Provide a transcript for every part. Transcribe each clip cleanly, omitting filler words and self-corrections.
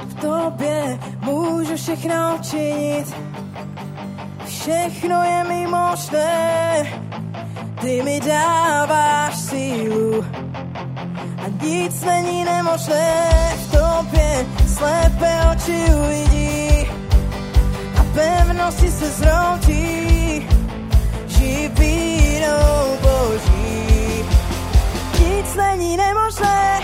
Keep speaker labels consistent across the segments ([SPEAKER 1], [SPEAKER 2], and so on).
[SPEAKER 1] v tobě můžu všechno činit. Všechno je mi možné, ty mi dáváš sílu a nic není nemožné. V tobě slepé oči uvidí a pevnosti se zroutí živinou Boží. Nic není nemožné.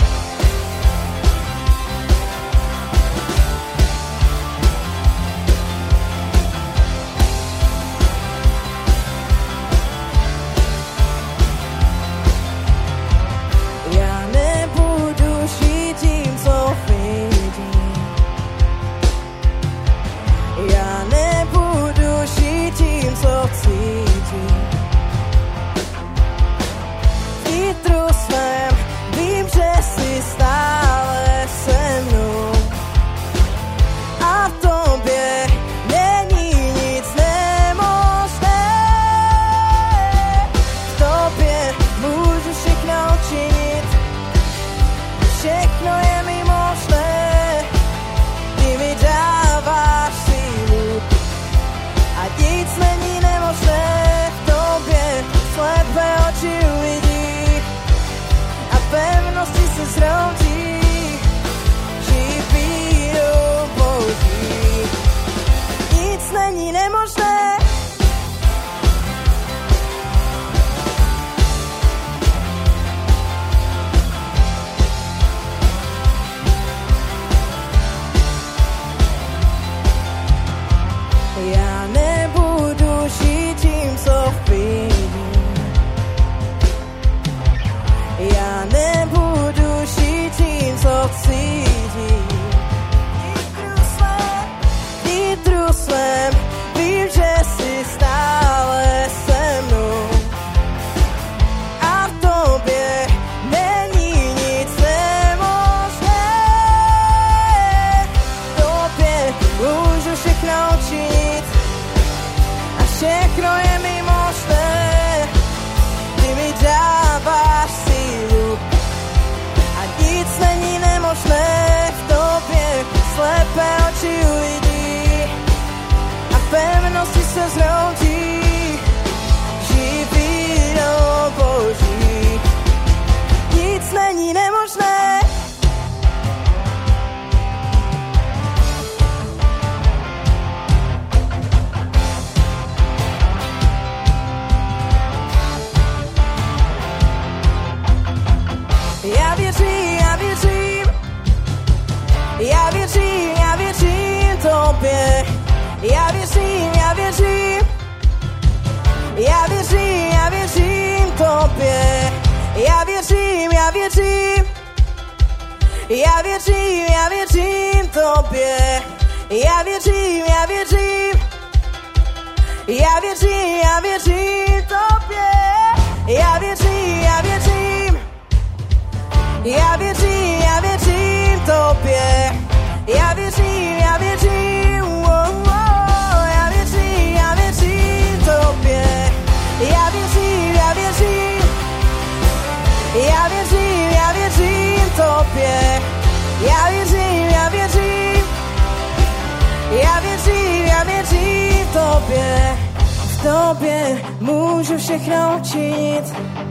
[SPEAKER 1] V tobě můžu všechno činit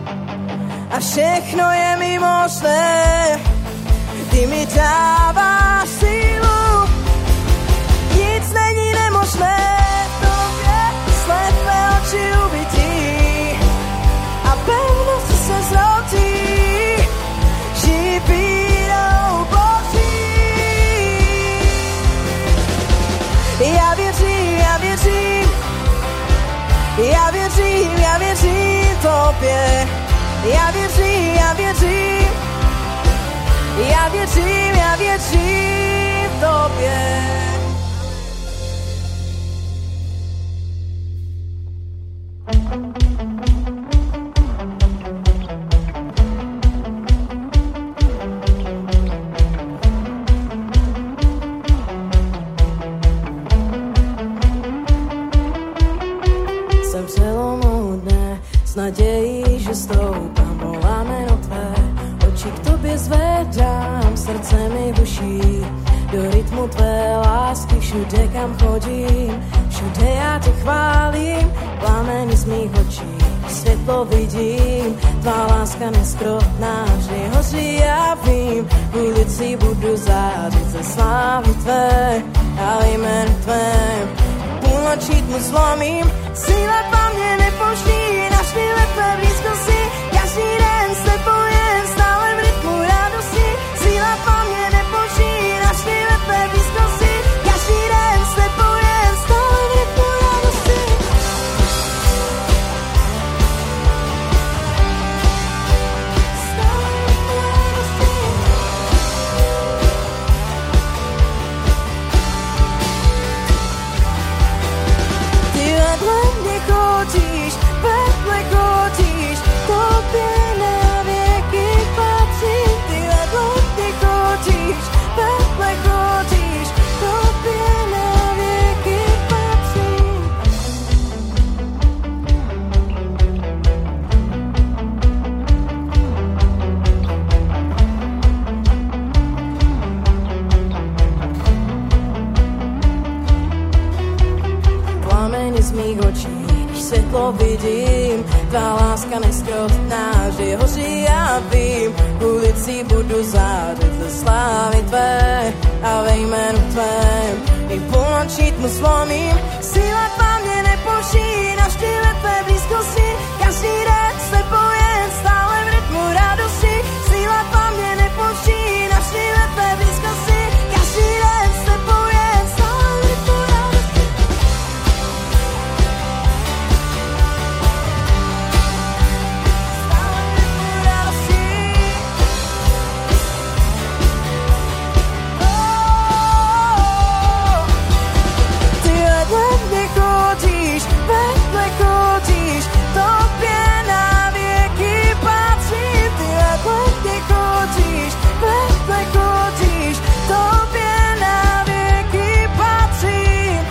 [SPEAKER 1] a všechno je mi možné. Ty mi dáváš sílu, nic není nemožné. V tobě slepé oči uvidí a pevnosti se zroutí živinou Boží. Já věřím, já věřím, já věřím, já věřím tobě. Já věřím, já věřím, já věřím, já věřím tobě. Jsem přelomu dne s nadějí, že stoupám, volám jméno tvé. Oči k tobě zvedám, srdce mi buší, do rytmu tvé lásky, všude kam chodím, všude já tě chválím, plameny z mých očí, světlo vidím, tvá láska neskrotná, vždy hoří, já vím, v ulici budu zářit ze slávy tvé a ve jménu tvém, půlnočí tmu zlomím, síla tvá mě nepouští, navždyhle tvé blízkosti, každý den s tebou jen stále v rytmu radosti, síla tvá mě nepouští, navždyhle tvé blízkosti, každý den s tebou jen stále v rytmu radosti. Stále v rytmu radosti. Ty vedle mě chodíš, vedle chodíš, tobě na věky patřím. Ty vedle mě chodíš, vedle chodíš, tobě na věky patřím. Plameny z mých očí, světlo vidím, tvá láska neskrotná, vždy hoří, já vím, v ulici budu zářit ze slávy tvé a ve jménu tvém, i půlnočí tmu zlomím, síla tvá mě nepouští, navždyhle tvé blízkosti, každý den s tebou jen stále v rytmu radosti, síla tvá mě nepouští, navždyhle tvé blízkosti, každý den s tebou jen stále v rytmu radosti. Vedle chodíš, tobě na věky patřím. Ty vedle mě chodíš, vedle chodíš, tobě na věky patřím.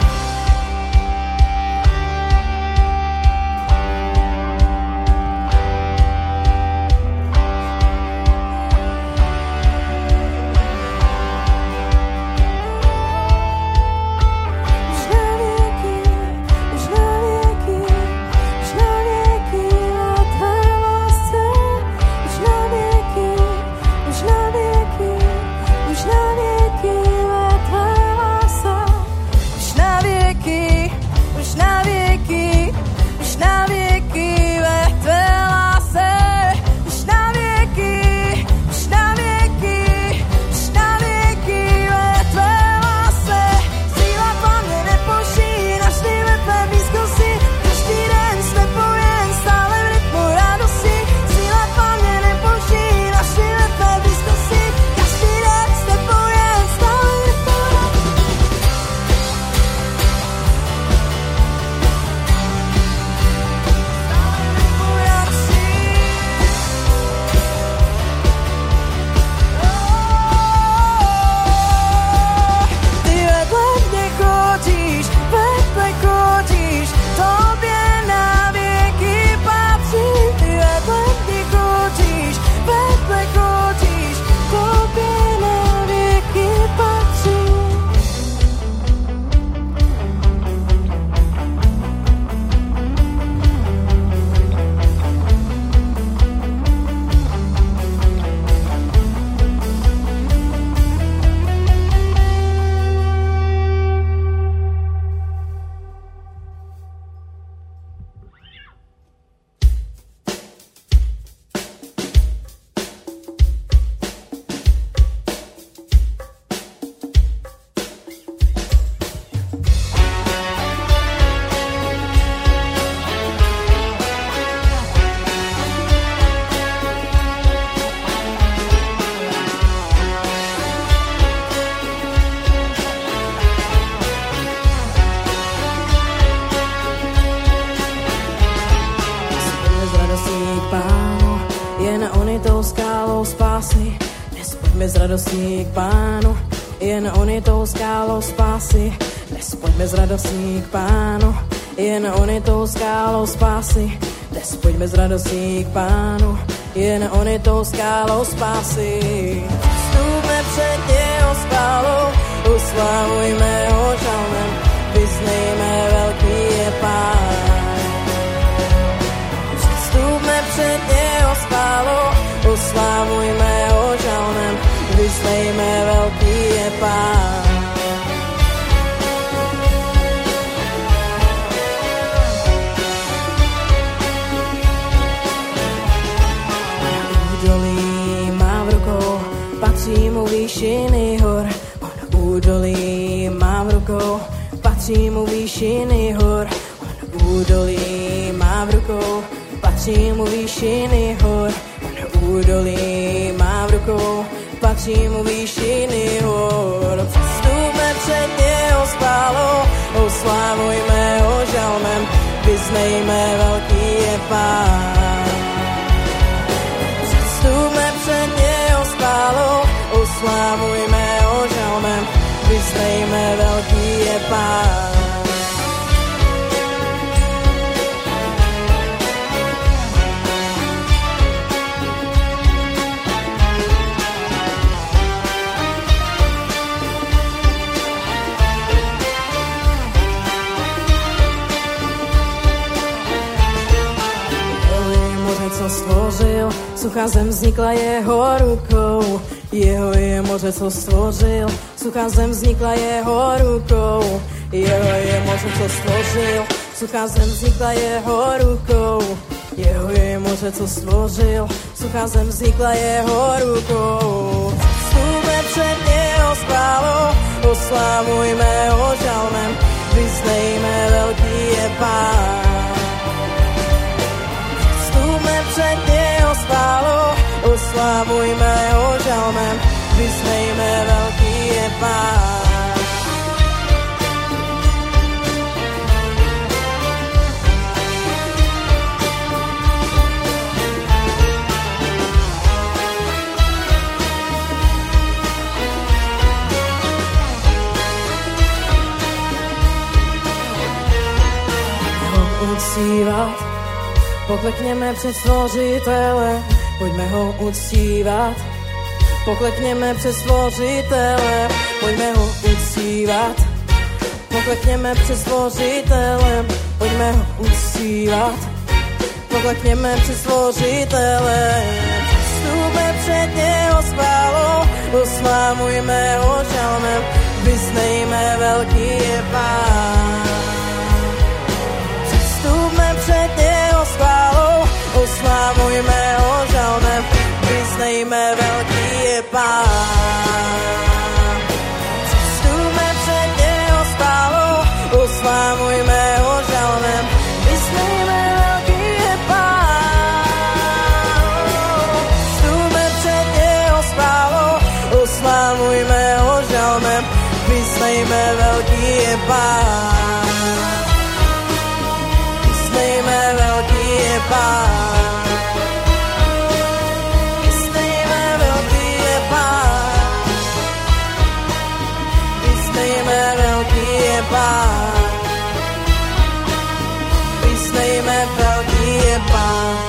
[SPEAKER 1] onitou skálou spásy. Dnes pojďme s radostí k Pánu, jen onitou skálou spásy. Dnes pojďme s radostí k Pánu, jen onitou skálou spásy. Dnes pojďme s radostí k Pánu, jen onitou skálou spásy. Vstupme před něho skálou, oslavujme ho žalmem, vyznejme velký je Pán. Vstupme před něho s chválou, oslavujme ho žalmem, vyznejme velký je Pán. Údolí mám v rukou, patří mu výšiny hor. On údolí mám v rukou, patří mu výšiny hor. On údolí mám v rukou, patří mu výšiny hor. On údolí mám v rukou, patří mu výšiny hor. Vstupme před něho s chválou, oslavujme ho žalmem, vyznejme velký je Pán. Vstupme před něho s chválou, oslavujme ho žalmem, vyznejme velký je Pán. Co stvořil, suchá zem vznikla jeho rukou. Jeho je moře, co stvořil, suchá zem vznikla jeho rukou. Jeho je moře, co stvořil, suchá zem vznikla jeho rukou. Jeho je moře, co stvořil, suchá zem vznikla jeho rukou. Vstupme před něho s chválou, oslavujme ho žalmem, vyznejme velký je Pán. Před něho s chválou, oslavujme ho žalmem, vyznejme velký je Pán. Uctívat, poklekněme před Stvořitelem, pojďme ho uctívat. Poklekněme před Stvořitelem, pojďme ho uctívat. Poklekněme před Stvořitelem, pojďme ho uctívat. Poklekněme před Stvořitelem. Vstupme před něho s chválou, oslavujme ho žalmem, vyznejme velký je Pán. Vstupme před něho s chválou, oslavujme ho žalmem, vyznejme velký je Pán. Vstupme před něho s chválou, oslavujme ho žalmem, vyznejme velký je Pán. Vstupme před něho s chválou, oslavujme ho žalmem, vyznejme velký je Pán. Vyznejme velký je Pán. Vyznejme velký je Pán. Vyznejme velký je Pán. Vyznejme velký je Pán.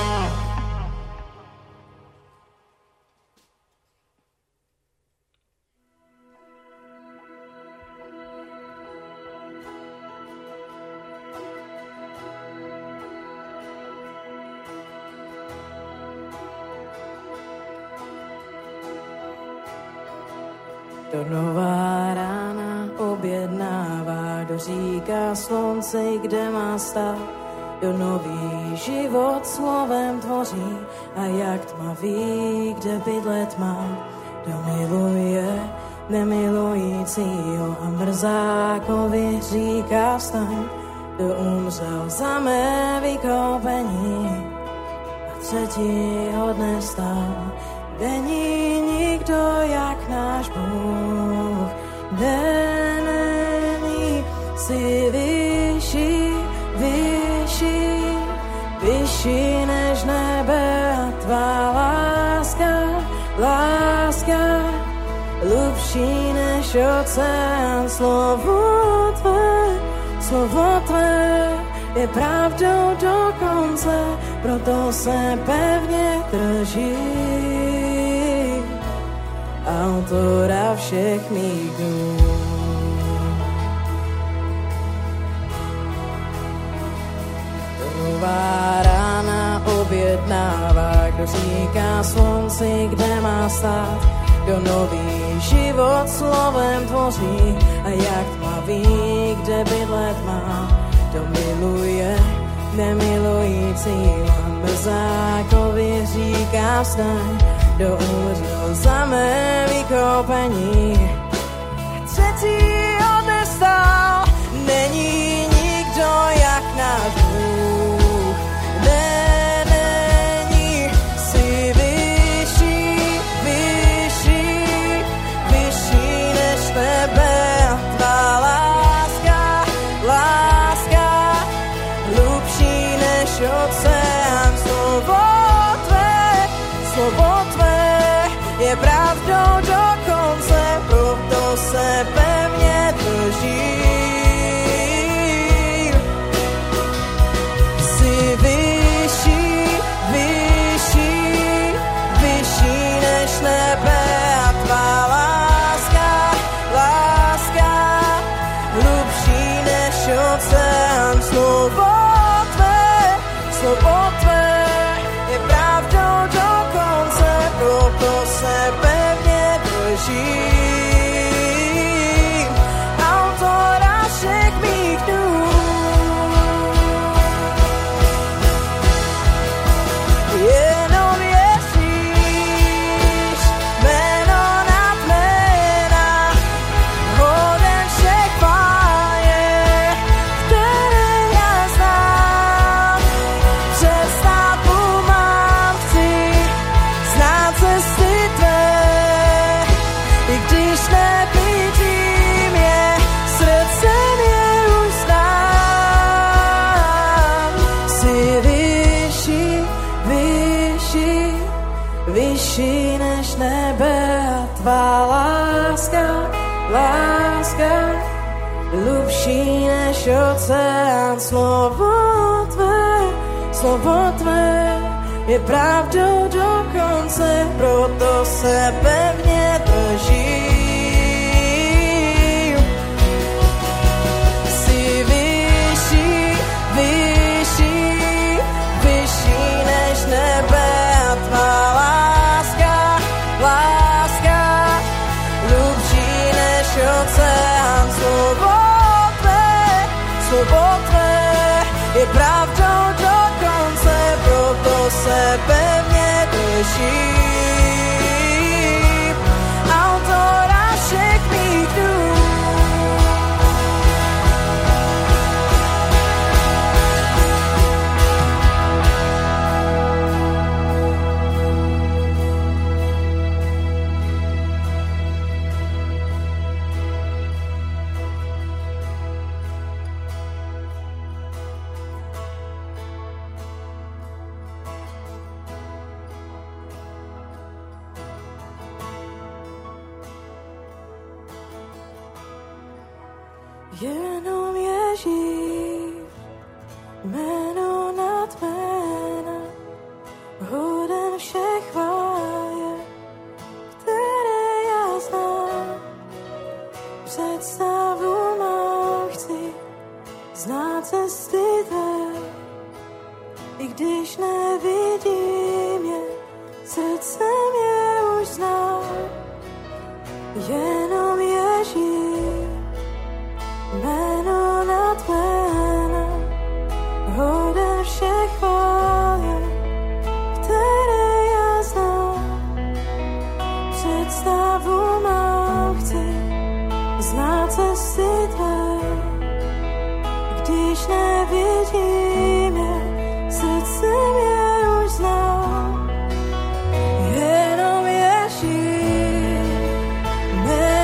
[SPEAKER 1] Do nová rána objednává, kdo říká slunci, kde má stát. Do nový život slovem tvoří a jak tma ví, kde bydlet má. Kdo miluje nemilujícího a mrzákovi říká vstaň. Kdo umřel za mé vykopení a třetího dne stal. Není nikdo jak náš Bůh, není si vyšší, vyšší, vyšší než nebe a tvá láska, láska, hlubší než oceán. Slovo tvé je pravdou do konce, proto se pevně drží autora všech mých dnů. nová rána objednává, kdo říká slunci, kde má stát, kdo nový život slovem tvoří a jak tma ví, kde bydlet má, kdo miluje nemilujícím a mrzákovi říká vstaň, kdo umřel za mé vykoupení. Třetí odestál, není nikdo jak náš Bůh. Není, jsi vyšší, vyšší, vyšší než tebe. Tvá láska, láska, hlubší než oceán. Slovo tvé je pravdou do konce, proto se pevně držím. Jsi vyšší, vyšší, vyšší než nebe a tvá láska, láska, hlubší než oceán. Slovo tvé je pravdou do konce, proto se pevně držím. Autora všech mých dnů. Jenom Ježíš, jméno nad jména, hoden všech chváje, které já znám. Představu mám, chci znát cesty tvé, i když nevidím je, srdcem je už znám. Jsi vyšší, vyšší, vyšší než nebe a tvá láska, láska, hlubší než oceán. Slovo tvé je pravdou do konce, proto se pevně držím. Jsi vyšší, vyšší, vyšší než nebe a tvá láska, láska, hlubší než oceán. Slovo tvé je pravdou do konce, proto se pevně držím. Autora všech mých dnů. Jenom Ježíš, jméno nad jména, hoden všech chváje, které já znám. Představu mám, chci znát cesty tvé, i když nevidím je, srdcem je už znám. Jenom Ježíš, jméno nad jména, hoden všech chváje, které já znám. Představu mám, chci znát cesty tvé, když nevidím je, srdcem je už znám. Jenom Ježíš, jméno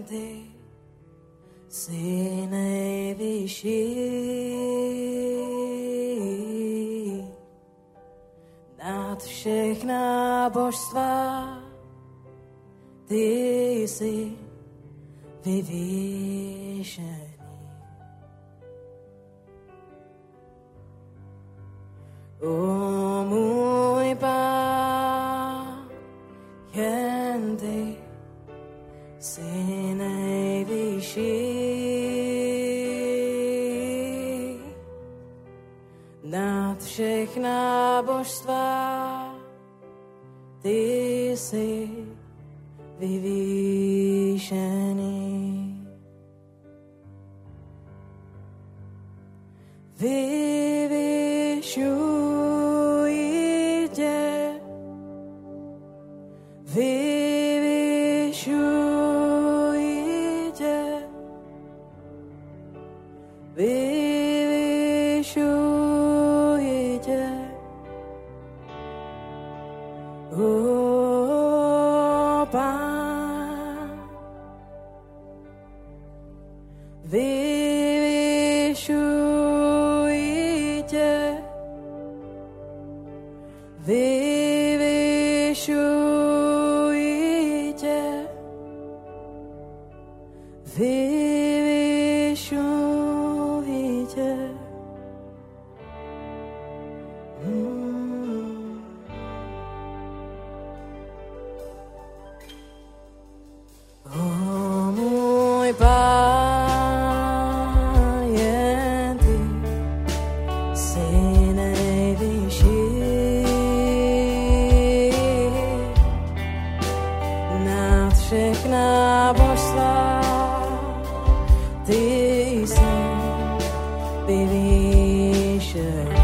[SPEAKER 1] jen ty jsi nejvyšší. Nad všechna božstva ty jsi vyvýšený. O můj Pán, jen ty jsi nejvyšší. Nad všechna božstva ty jsi vyvýšený. Vyvyšuji tě, vyvyšuji tě, vyvyšuji tě. O Pán, vyvyšuji tě, vyvyšuji tě, vyvyšuji tě. O můj Pán, jen ty jsi nejvyšší. Nad všechna božstva ty jsi vyvýšený.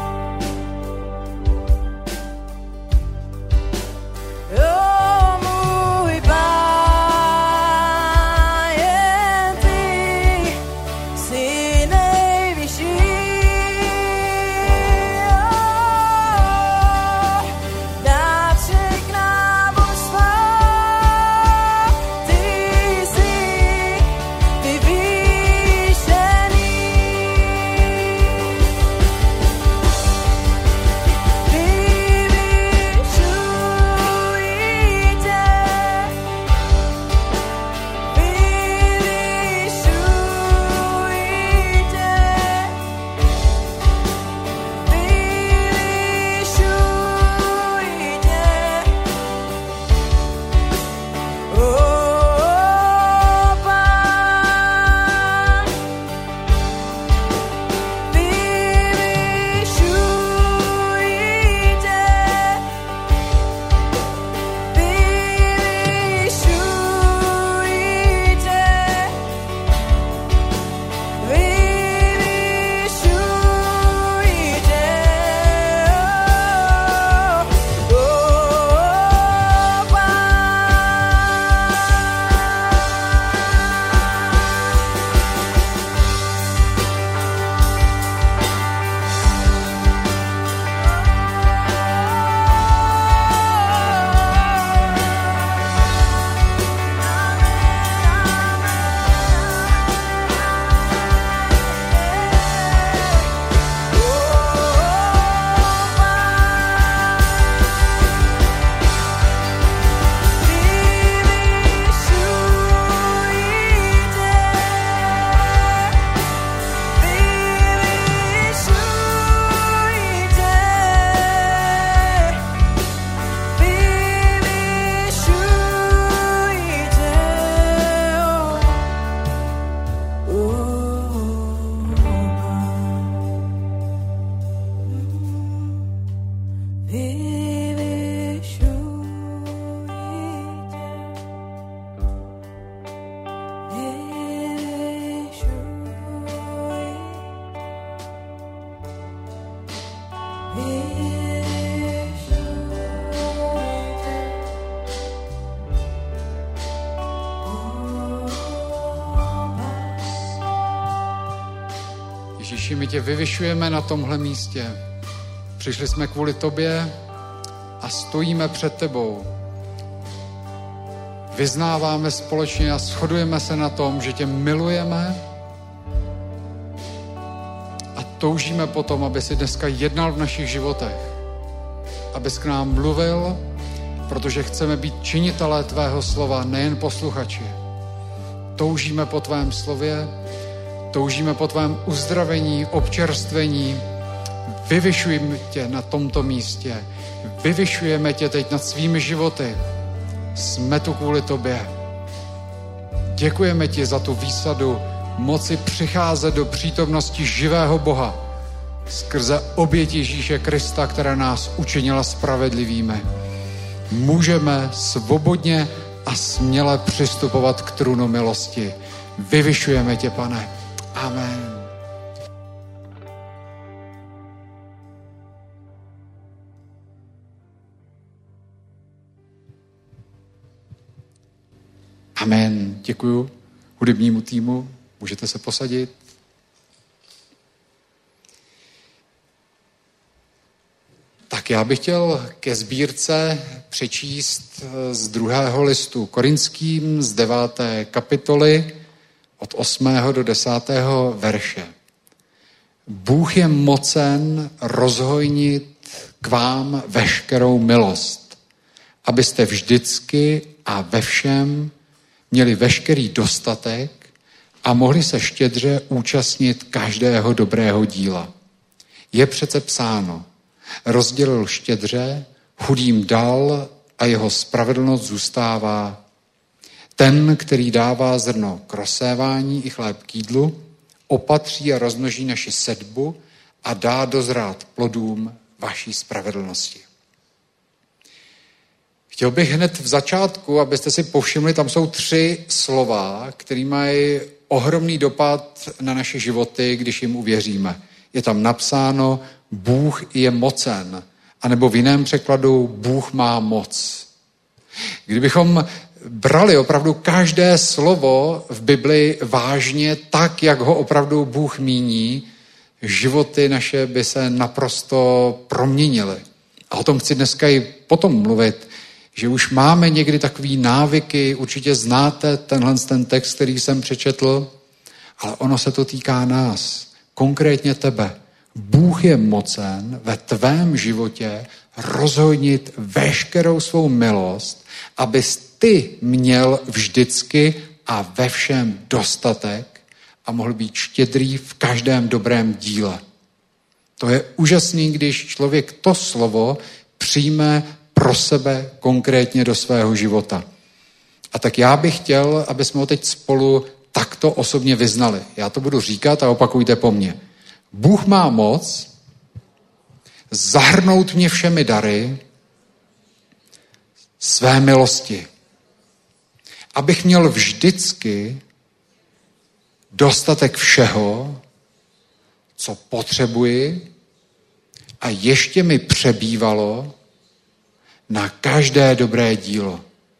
[SPEAKER 2] Ježíši, my tě vyvyšujeme na tomhle místě. Přišli jsme kvůli tobě a stojíme před tebou. vyznáváme společně a shodujeme se na tom, že tě milujeme a toužíme potom, aby si dneska jednal v našich životech, abys k nám mluvil, protože chceme být činitelé tvého slova, nejen posluchači. Toužíme po tvém slově, toužíme po tvém uzdravení, občerstvení. Vyvyšujeme tě na tomto místě. Vyvyšujeme tě teď nad svými životy. Jsme tu kvůli tobě. Děkujeme ti za tu výsadu moci přicházet do přítomnosti živého Boha skrze oběť Ježíše Krista, která nás učinila spravedlivými. Můžeme svobodně a směle přistupovat k trůnu milosti. Vyvyšujeme tě, Pane. Amen. Amen. Děkuju hudebnímu týmu. Můžete se posadit. Tak já bych chtěl ke sbírce přečíst z 2. listu Korinským z 9. kapitoly od 8. do 10. verše. Bůh je mocen rozhojnit k vám veškerou milost, abyste vždycky a ve všem měli veškerý dostatek a mohli se štědře účastnit každého dobrého díla. Je přece psáno, rozdělil štědře, chudým dal a jeho spravedlnost zůstává. Ten, který dává zrno k rozsévání i chléb k jídlu, opatří a rozmnoží naši sedbu a dá dozrát plodům vaší spravedlnosti. Chtěl bych hned v začátku, abyste si povšimli, tam jsou 3 slova, které mají ohromný dopad na naše životy, když jim uvěříme. Je tam napsáno, Bůh je mocen, anebo v jiném překladu, Bůh má moc. Kdybychom brali opravdu každé slovo v Bibli vážně tak, jak ho opravdu Bůh míní, životy naše by se naprosto proměnily. A o tom chci dneska i potom mluvit, že už máme někdy takový návyky, určitě znáte ten text, který jsem přečetl, ale ono se to týká nás, konkrétně tebe. Bůh je mocen ve tvém životě rozhojnit veškerou svou milost, abys ty měl vždycky a ve všem dostatek a mohl být štědrý v každém dobrém díle. To je úžasný, když člověk to slovo přijme pro sebe konkrétně do svého života. A tak já bych chtěl, aby jsme ho teď spolu takto osobně vyznali. Já to budu říkat a opakujte po mně. Bůh má moc zahrnout mě všemi dary své milosti, abych měl vždycky dostatek všeho, co potřebuji a ještě mi přebývalo na každé dobré dílo.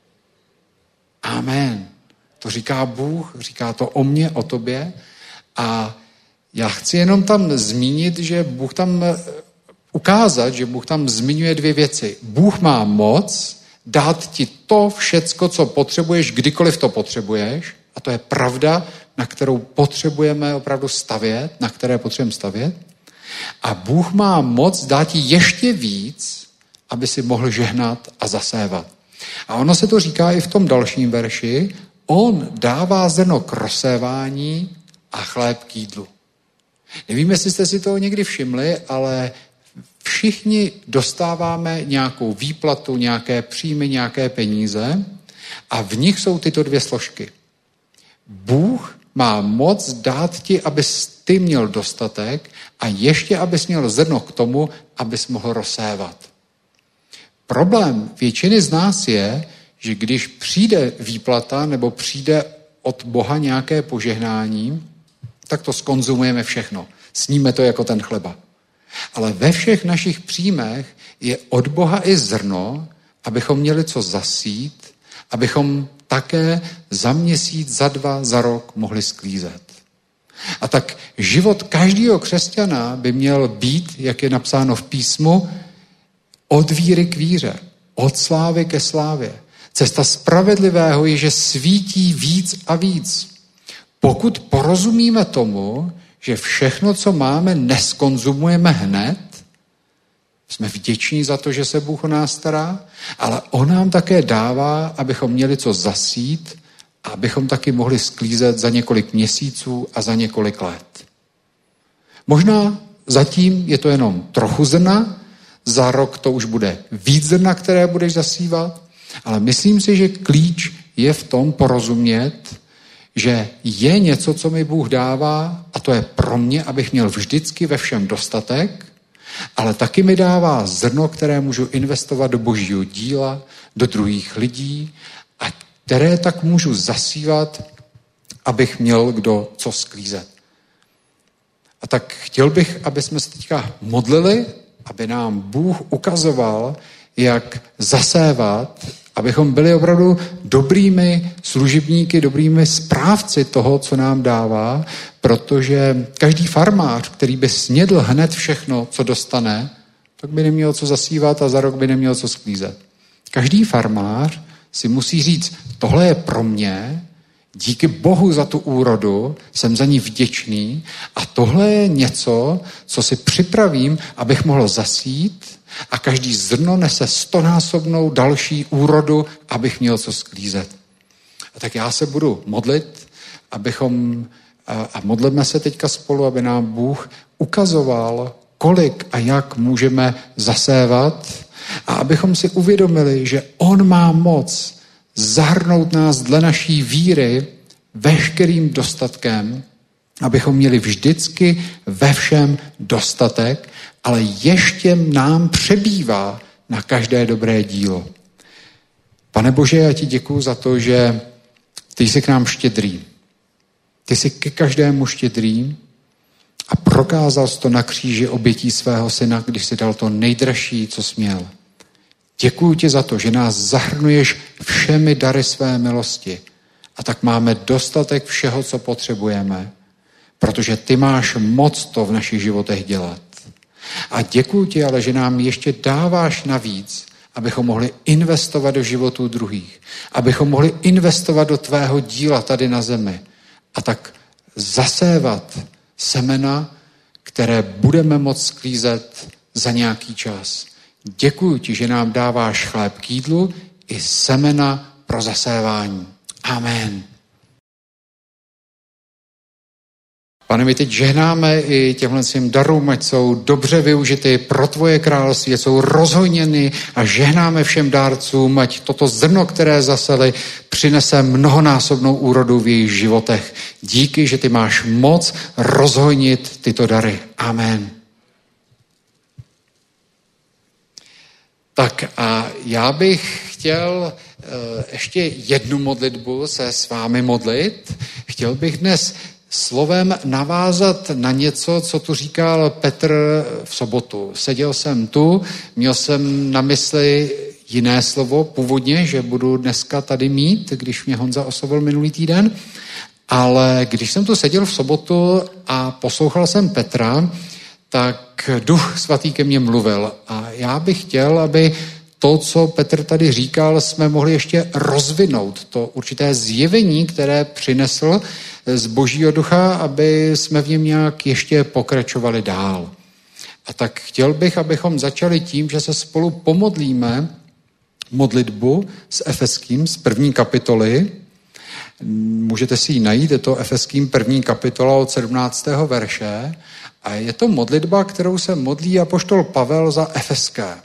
[SPEAKER 2] Amen. To říká Bůh, říká to o mně, o tobě a já chci jenom tam zmínit, že Bůh tam ukázat, že Bůh tam zmiňuje 2 věci. Bůh má moc dát ti to všecko, co potřebuješ, kdykoliv to potřebuješ, a to je pravda, na kterou potřebujeme opravdu stavět, na které potřebujeme stavět. A Bůh má moc dát ti ještě víc, aby si mohl žehnat a zasévat. A ono se to říká i v tom dalším verši. On dává zrno k rozsévání a chléb k jídlu. Nevím, jestli jste si toho někdy všimli, ale všichni dostáváme nějakou výplatu, nějaké příjmy, nějaké peníze a v nich jsou tyto 2 složky. Bůh má moc dát ti, abys ty měl dostatek a ještě, abys měl zrno k tomu, abys mohl rozsévat. Problém většiny z nás je, že když přijde výplata nebo přijde od Boha nějaké požehnání, tak to skonzumujeme všechno. Sníme to jako ten chleba. Ale ve všech našich příjmech je od Boha i zrno, abychom měli co zasít, abychom také za měsíc, za 2, za rok mohli sklízet. A tak život každého křesťana by měl být, jak je napsáno v písmu, od víry k víře, od slávy ke slávě. Cesta spravedlivého je, že svítí víc a víc. Pokud porozumíme tomu, že všechno, co máme, neskonzumujeme hned, jsme vděční za to, že se Bůh o nás stará, ale on nám také dává, abychom měli co zasít a abychom taky mohli sklízet za několik měsíců a za několik let. Možná zatím je to jenom trochu zrna, za rok to už bude víc zrna, které budeš zasívat, ale myslím si, že klíč je v tom porozumět, že je něco, co mi Bůh dává a to je pro mě, abych měl vždycky ve všem dostatek, ale taky mi dává zrno, které můžu investovat do božího díla, do druhých lidí a které tak můžu zasívat, abych měl kdo co sklízet. A tak chtěl bych, aby jsme se teďka modlili, aby nám Bůh ukazoval, jak zasévat, abychom byli opravdu dobrými služebníky, dobrými správci toho, co nám dává, protože každý farmář, který by snědl hned všechno, co dostane, tak by neměl co zasívat a za rok by neměl co sklízet. Každý farmář si musí říct, tohle je pro mě, díky Bohu za tu úrodu, jsem za ní vděčný a tohle je něco, co si připravím, abych mohl zasít a každý zrno nese 100násobnou další úrodu, abych měl co sklízet. A tak já se budu modlit, a modlíme se teďka spolu, aby nám Bůh ukazoval, kolik a jak můžeme zasévat a abychom si uvědomili, že on má moc zahrnout nás dle naší víry veškerým dostatkem, abychom měli vždycky ve všem dostatek, ale ještě nám přebývá na každé dobré dílo. Pane Bože, já ti děkuju za to, že ty jsi k nám štědrý. Ty jsi ke každému štědrý a prokázal jsi to na kříži obětí svého syna, když jsi dal to nejdražší, co jsi měl. Děkuju ti za to, že nás zahrnuješ všemi dary své milosti a tak máme dostatek všeho, co potřebujeme, protože ty máš moc to v našich životech dělat. A děkuju ti ale, že nám ještě dáváš navíc, abychom mohli investovat do životů druhých, abychom mohli investovat do tvého díla tady na zemi a tak zasévat semena, které budeme moct sklízet za nějaký čas. Děkuju ti, že nám dáváš chléb k jídlu i semena pro zasévání. Amen. Pane, my teď žehnáme i těmhle svým darům, ať jsou dobře využity pro tvoje království, ať jsou rozhojněny a žehnáme všem dárcům, ať toto zrno, které zaseli, přinese mnohonásobnou úrodu v jejich životech. Díky, že ty máš moc rozhojnit tyto dary. Amen. Tak a já bych chtěl ještě jednu modlitbu se s vámi modlit. Chtěl bych dnes slovem navázat na něco, co tu říkal Petr v sobotu. Seděl jsem tu, měl jsem na mysli jiné slovo původně, že budu dneska tady mít, když mě Honza oslovil minulý týden, ale když jsem tu seděl v sobotu a poslouchal jsem Petra, tak Duch Svatý ke mně mluvil a já bych chtěl, aby to, co Petr tady říkal, jsme mohli ještě rozvinout, to určité zjevení, které přinesl z Božího ducha, aby jsme v něm nějak ještě pokračovali dál. A tak chtěl bych, abychom začali tím, že se spolu pomodlíme modlitbu s Efeským z 1. kapitoly. Můžete si ji najít, je to Efeským 1. kapitola od 17. verše. A je to modlitba, kterou se modlí apoštol Pavel za Efeské.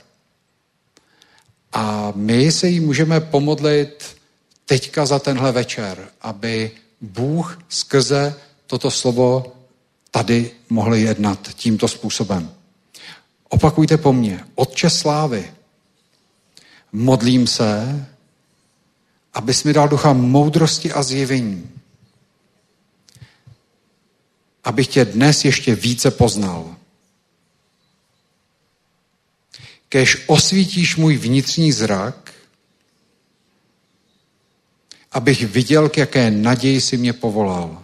[SPEAKER 2] A my se jí můžeme pomodlit teďka za tenhle večer, aby Bůh skrze toto slovo tady mohl jednat tímto způsobem. Opakujte po mně. Otče slávy, modlím se, abys mi dal ducha moudrosti a zjevení, abych tě dnes ještě více poznal. Kéž osvítíš můj vnitřní zrak, abych viděl, k jaké naději si mě povolal.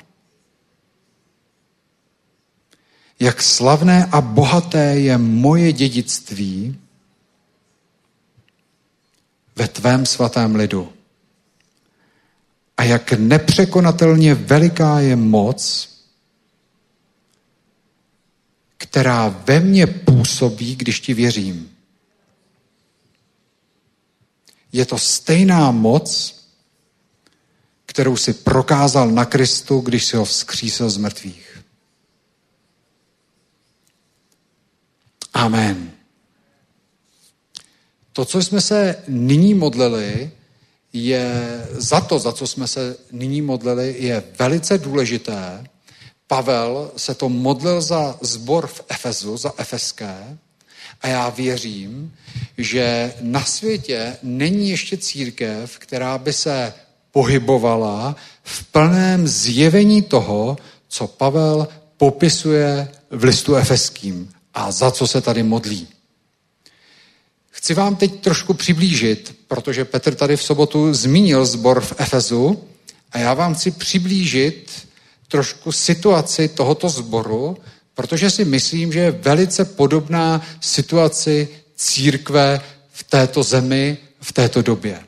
[SPEAKER 2] Jak slavné a bohaté je moje dědictví ve tvém svatém lidu. a jak nepřekonatelně veliká je moc, která ve mně působí, když ti věřím. Je to stejná moc, kterou si prokázal na Kristu, když si ho vzkřísil z mrtvých. Amen. To, co jsme se nyní modlili, za co jsme se nyní modlili, je velice důležité. Pavel se to modlil za sbor v Efezu, za Efeské, a já věřím, že na světě není ještě církev, která by se pohybovala v plném zjevení toho, co Pavel popisuje v listu Efeským a za co se tady modlí. Chci vám teď trošku přiblížit, protože Petr tady v sobotu zmínil sbor v Efezu a já vám chci přiblížit trošku situaci tohoto sboru, protože si myslím, že je velice podobná situaci církve v této zemi, v této době.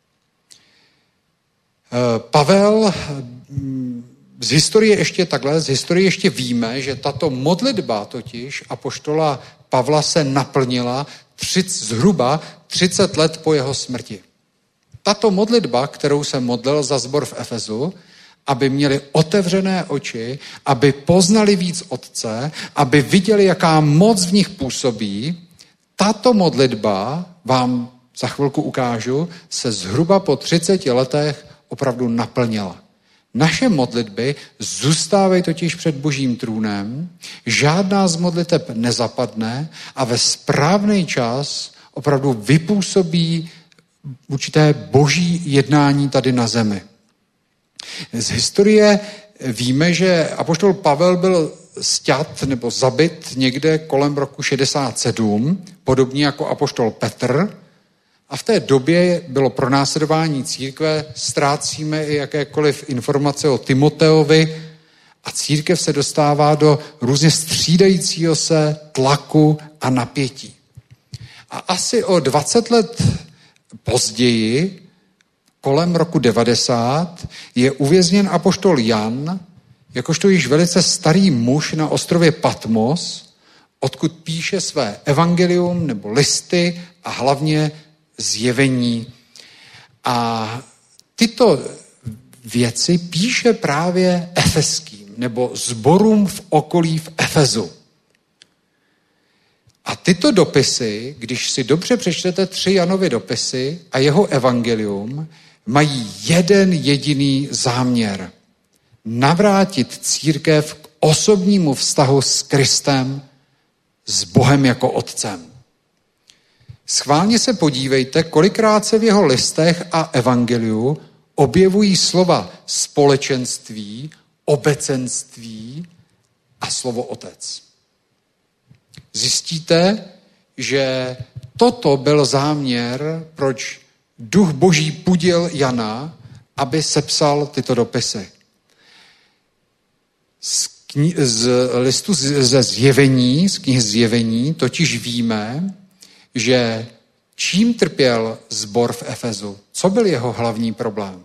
[SPEAKER 2] Pavel, z historie ještě víme, že tato modlitba totiž apoštola Pavla se naplnila zhruba 30 let po jeho smrti. Tato modlitba, kterou se modlil za sbor v Efezu, aby měli otevřené oči, aby poznali víc Otce, aby viděli, jaká moc v nich působí, tato modlitba, vám za chvilku ukážu, se zhruba po 30 letech opravdu naplnila. Naše modlitby zůstávají totiž před Božím trůnem, žádná z modliteb nezapadne a ve správný čas opravdu vypůsobí určité boží jednání tady na zemi. Z historie víme, že apoštol Pavel byl sťat nebo zabit někde kolem roku 67, podobně jako apoštol Petr. A v té době bylo pronásledování církve, ztrácíme i jakékoliv informace o Timoteovi a církev se dostává do různě střídajícího se tlaku a napětí. A asi o 20 let později, kolem roku 90, je uvězněn apoštol Jan, jakožto již velice starý muž na ostrově Patmos, odkud píše své evangelium nebo listy a hlavně zjevení. A tyto věci píše právě efeským nebo sborům v okolí v Efezu. A tyto dopisy, když si dobře přečtete 3 Janovy dopisy a jeho evangelium, mají jeden jediný záměr. Navrátit církev k osobnímu vztahu s Kristem, s Bohem jako Otcem. Schválně se podívejte, kolikrát se v jeho listech a evangeliu objevují slova společenství, obecenství a slovo Otec. Zjistíte, že toto byl záměr, proč Duch Boží pudil Jana, aby sepsal tyto dopisy. Z listu ze zjevení, z knihy Zjevení, totiž víme, že čím trpěl sbor v Efezu? Co byl jeho hlavní problém?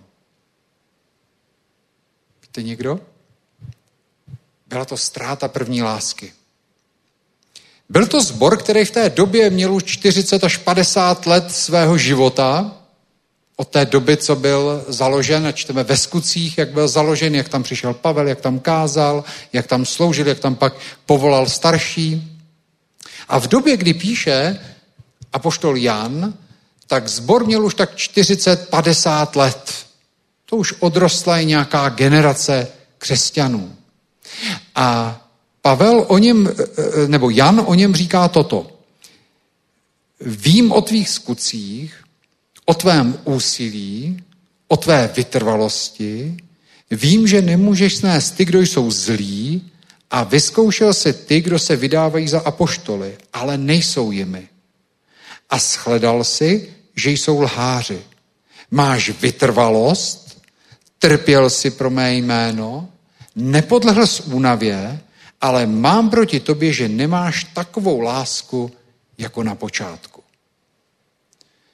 [SPEAKER 2] Víte někdo? Byla to ztráta první lásky. Byl to sbor, který v té době měl už 40 až 50 let svého života, od té doby, co byl založen, a čteme ve Skutcích, jak byl založen, jak tam přišel Pavel, jak tam kázal, jak tam sloužil, jak tam pak povolal starší. A v době, kdy píše apoštol Jan, tak sbor měl už tak 40-50 let. To už odrostla i nějaká generace křesťanů. A Pavel o něm, nebo Jan o něm říká toto. Vím o tvých skutcích, o tvém úsilí, o tvé vytrvalosti, vím, že nemůžeš snést ty, kdo jsou zlí, a vyzkoušel si ty, kdo se vydávají za apoštoly, ale nejsou jimi. A shledal si, že jsou lháři. Máš vytrvalost, trpěl si pro mé jméno, nepodlehl jsi únavě, ale mám proti tobě, že nemáš takovou lásku jako na počátku.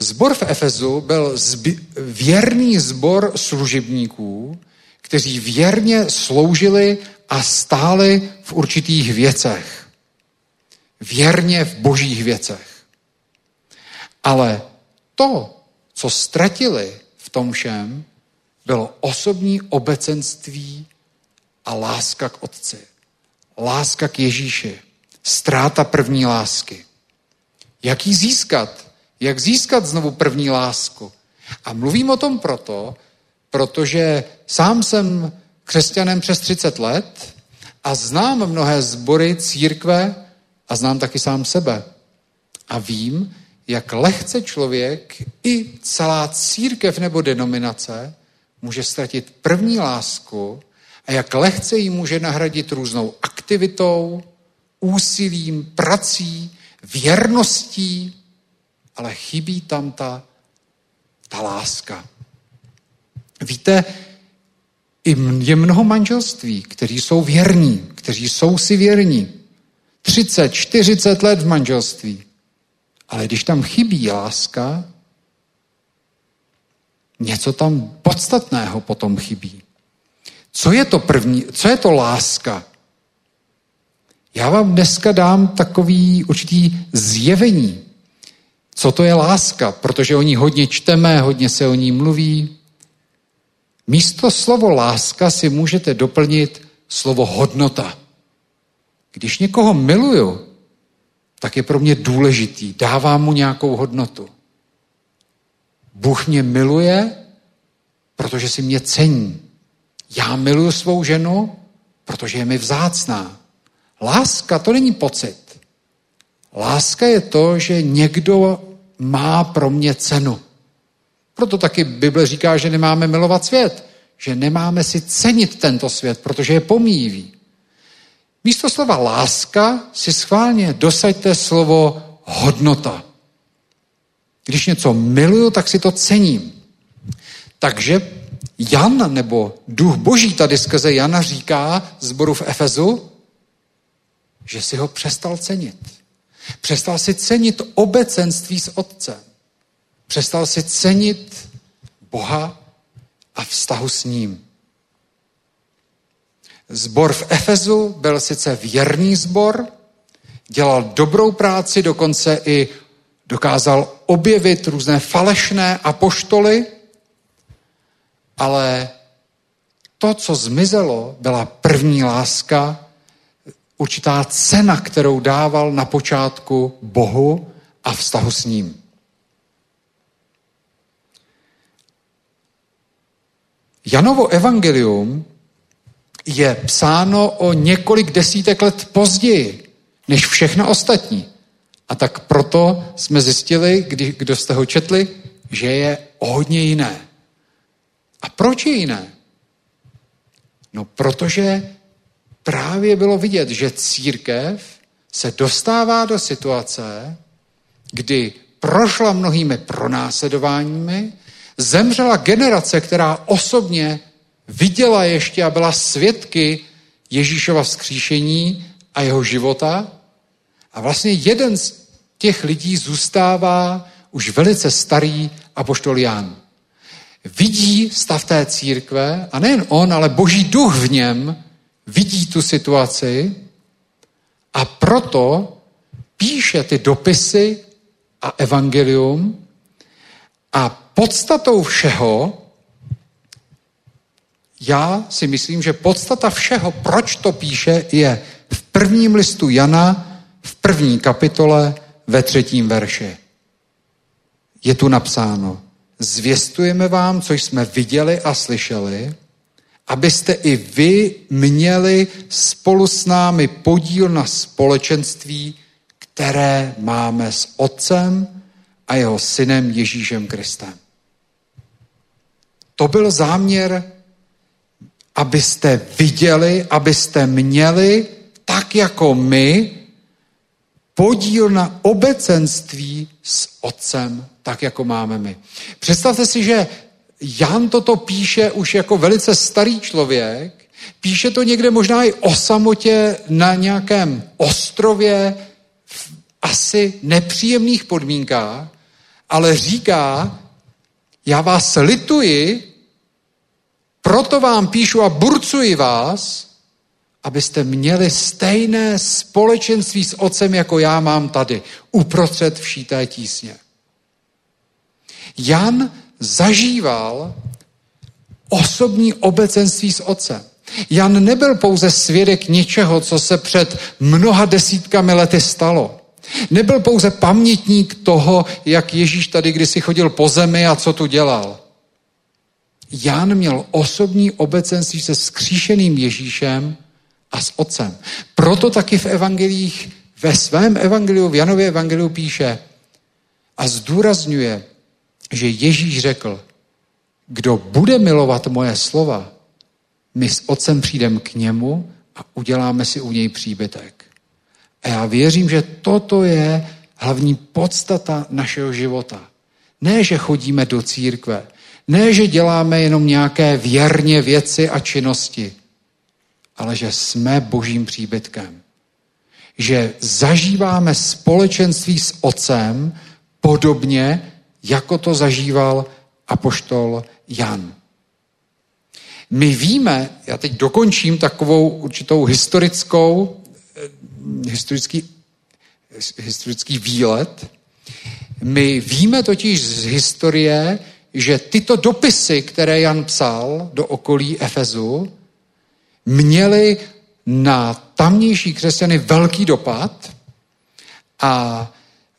[SPEAKER 2] Sbor v Efezu byl věrný sbor služebníků, kteří věrně sloužili a stáli v určitých věcech. Věrně v božích věcech. Ale to, co ztratili v tom všem, bylo osobní obecenství a láska k Otci. Láska k Ježíši. Ztráta první lásky. Jak ji získat? Jak získat znovu první lásku? A mluvím o tom protože sám jsem křesťanem přes 30 let a znám mnohé sbory, církve a znám taky sám sebe. A vím, jak lehce člověk i celá církev nebo denominace může ztratit první lásku a jak lehce ji může nahradit různou aktivitou, úsilím, prací, věrností, ale chybí tam ta láska. Víte, je mnoho manželství, kteří jsou věrní, kteří jsou si věrní. 30, 40 let v manželství. Ale když tam chybí láska, něco tam podstatného potom chybí. Co je to láska? Já vám dneska dám takový určitý zjevení. Co to je láska? Protože o ní hodně čteme, hodně se o ní mluví. Místo slovo láska si můžete doplnit slovo hodnota. Když někoho miluju, tak je pro mě důležitý, dávám mu nějakou hodnotu. Bůh mě miluje, protože si mě cení. Já miluju svou ženu, protože je mi vzácná. Láska to není pocit. Láska je to, že někdo má pro mě cenu. Proto taky Bible říká, že nemáme milovat svět, že nemáme si cenit tento svět, protože je pomíjivý. Místo slova láska si schválně dosaďte slovo hodnota. Když něco miluju, tak si to cením. Takže Jan nebo Duch Boží tady skrze Jana říká sboru v Efezu, že si ho přestal cenit. Přestal si cenit obecenství s Otcem. Přestal si cenit Boha a vztahu s ním. Sbor v Efezu byl sice věrný sbor, dělal dobrou práci, dokonce i dokázal objevit různé falešné apoštoly, ale to, co zmizelo, byla první láska, určitá cena, kterou dával na počátku Bohu a vztahu s ním. Janovo evangelium je psáno o několik desítek let později, než všechna ostatní. A tak proto jsme zjistili, kdo jste ho četli, že je o hodně jiné. A proč je jiné? No, protože právě bylo vidět, že církev se dostává do situace, kdy prošla mnohými pronásledováními, zemřela generace, která osobně viděla ještě a byla svědky Ježíšova vzkříšení a jeho života. A vlastně jeden z těch lidí zůstává už velice starý apoštol Jan. Vidí stav té církve a nejen on, ale Boží duch v něm vidí tu situaci a proto píše ty dopisy a evangelium a podstatou všeho, já si myslím, že podstata všeho, proč to píše, je v prvním listu Jana, v 1. kapitole, ve 3. verši. Je tu napsáno: zvěstujeme vám, co jsme viděli a slyšeli, abyste i vy měli spolu s námi podíl na společenství, které máme s Otcem a jeho synem Ježíšem Kristem. To byl záměr, abyste viděli, abyste měli, tak jako my, podíl na obecenství s Otcem, tak jako máme my. Představte si, že Jan toto píše už jako velice starý člověk, píše to někde možná i o samotě na nějakém ostrově v asi nepříjemných podmínkách ale říká, já vás lituji, proto vám píšu a burcuji vás, abyste měli stejné společenství s Otcem, jako já mám tady, uprostřed vší té tísně. Jan zažíval osobní obecenství s Otcem. Jan nebyl pouze svědek něčeho, co se před mnoha desítkami lety stalo. Nebyl pouze pamětník toho, jak Ježíš tady kdysi chodil po zemi a co tu dělal. Jan měl osobní obecenství se vzkříšeným Ježíšem a s Otcem. Proto taky v evangelích, ve svém evangeliu, v Janově evangeliu píše a zdůrazňuje, že Ježíš řekl, kdo bude milovat moje slova, my s Otcem přijdeme k němu a uděláme si u něj příbytek. A já věřím, že toto je hlavní podstata našeho života. Ne, že chodíme do církve, ne, že děláme jenom nějaké věrně věci a činnosti, ale že jsme Božím příbytkem. Že zažíváme společenství s Otcem podobně, jako to zažíval apoštol Jan. My víme, já teď dokončím takovou určitou historický výlet. My víme totiž z historie, že tyto dopisy, které Jan psal do okolí Efezu, měly na tamnější křesťany velký dopad a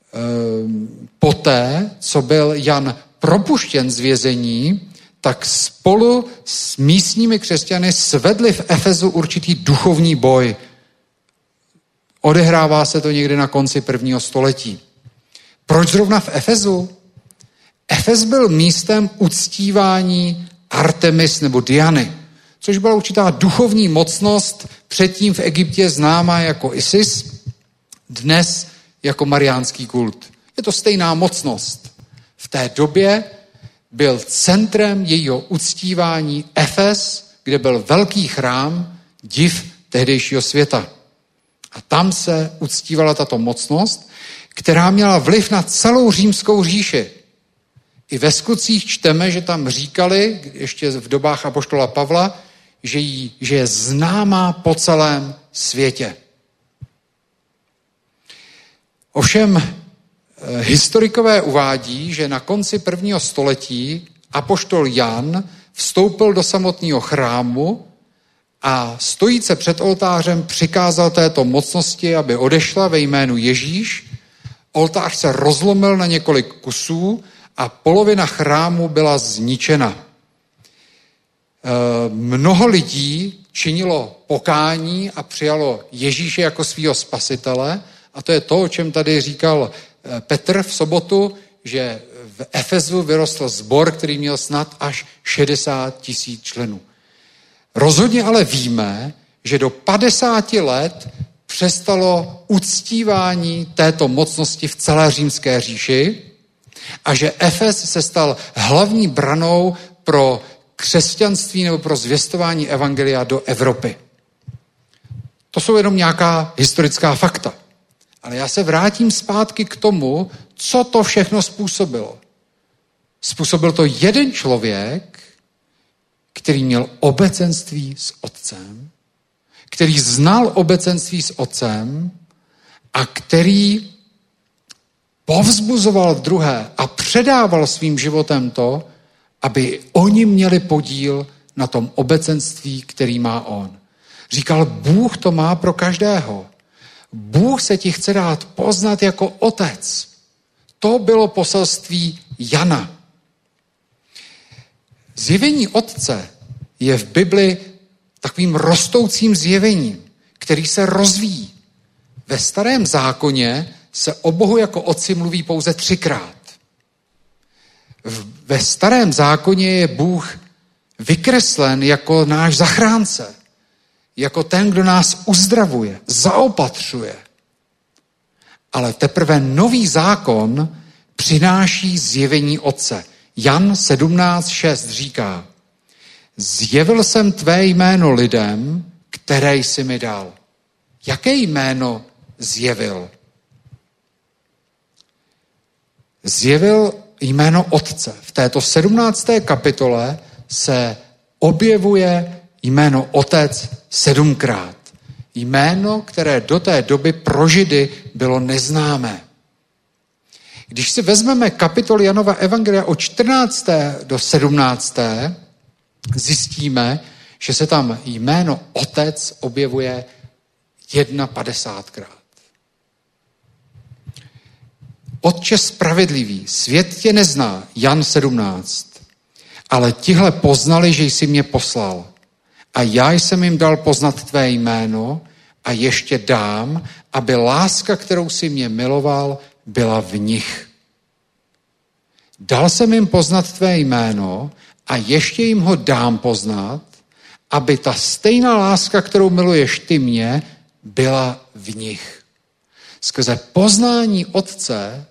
[SPEAKER 2] poté, co byl Jan propuštěn z vězení, tak spolu s místními křesťany svedli v Efezu určitý duchovní boj. Odehrává se to někdy na konci 1. století. Proč zrovna v Efezu? Efez byl místem uctívání Artemis nebo Diany, což byla určitá duchovní mocnost, předtím v Egyptě známá jako Isis, dnes jako mariánský kult. Je to stejná mocnost. V té době byl centrem jejího uctívání Efes, kde byl velký chrám, div tehdejšího světa. A tam se uctívala tato mocnost, která měla vliv na celou římskou říši. I ve Skutcích čteme, že tam říkali, ještě v dobách apoštola Pavla, že je známá po celém světě. Ovšem, historikové uvádí, že na konci 1. století apoštol Jan vstoupil do samotného chrámu a stojíce před oltářem přikázal této mocnosti, aby odešla ve jménu Ježíš. Oltář se rozlomil na několik kusů a polovina chrámu byla zničena. Mnoho lidí činilo pokání a přijalo Ježíše jako svého spasitele a to je to, o čem tady říkal Petr v sobotu, že v Efezu vyrostl sbor, který měl snad až 60 000 členů. Rozhodně ale víme, že do 50 let přestalo uctívání této mocnosti v celé římské říši a že Efes se stal hlavní branou pro křesťanství nebo pro zvěstování evangelia do Evropy. To jsou jenom nějaká historická fakta. Ale já se vrátím zpátky k tomu, co to všechno způsobilo. Způsobil to jeden člověk, který měl obecenství s Otcem, který znal obecenství s Otcem a který povzbuzoval druhé a předával svým životem to, aby oni měli podíl na tom obecenství, který má on. Říkal, Bůh to má pro každého. Bůh se ti chce dát poznat jako Otec. To bylo poselství Jana. Zjevení Otce je v Bibli takovým rostoucím zjevením, který se rozvíjí. Ve Starém zákoně se o Bohu jako Otci mluví pouze 3krát. Ve Starém zákoně je Bůh vykreslen jako náš zachránce, jako ten, kdo nás uzdravuje, zaopatřuje. Ale teprve nový zákon přináší zjevení Otce. Jan 17:6 říká, zjevil jsem tvé jméno lidem, které jsi mi dal. Jaké jméno zjevil? zjevil jméno Otce. V této 17. kapitole se objevuje jméno Otec 7krát. Jméno, které do té doby pro Židy bylo neznámé. Když si vezmeme kapitolu Janova evangelia od 14. do 17., zjistíme, že se tam jméno Otec objevuje 51krát. Otče spravedlivý, svět tě nezná, Jan 17, ale tihle poznali, že jsi mě poslal. A já jsem jim dal poznat tvé jméno a ještě dám, aby láska, kterou jsi mě miloval, byla v nich. Dal jsem jim poznat tvé jméno a ještě jim ho dám poznat, aby ta stejná láska, kterou miluješ ty mě, byla v nich. Skrze poznání Otce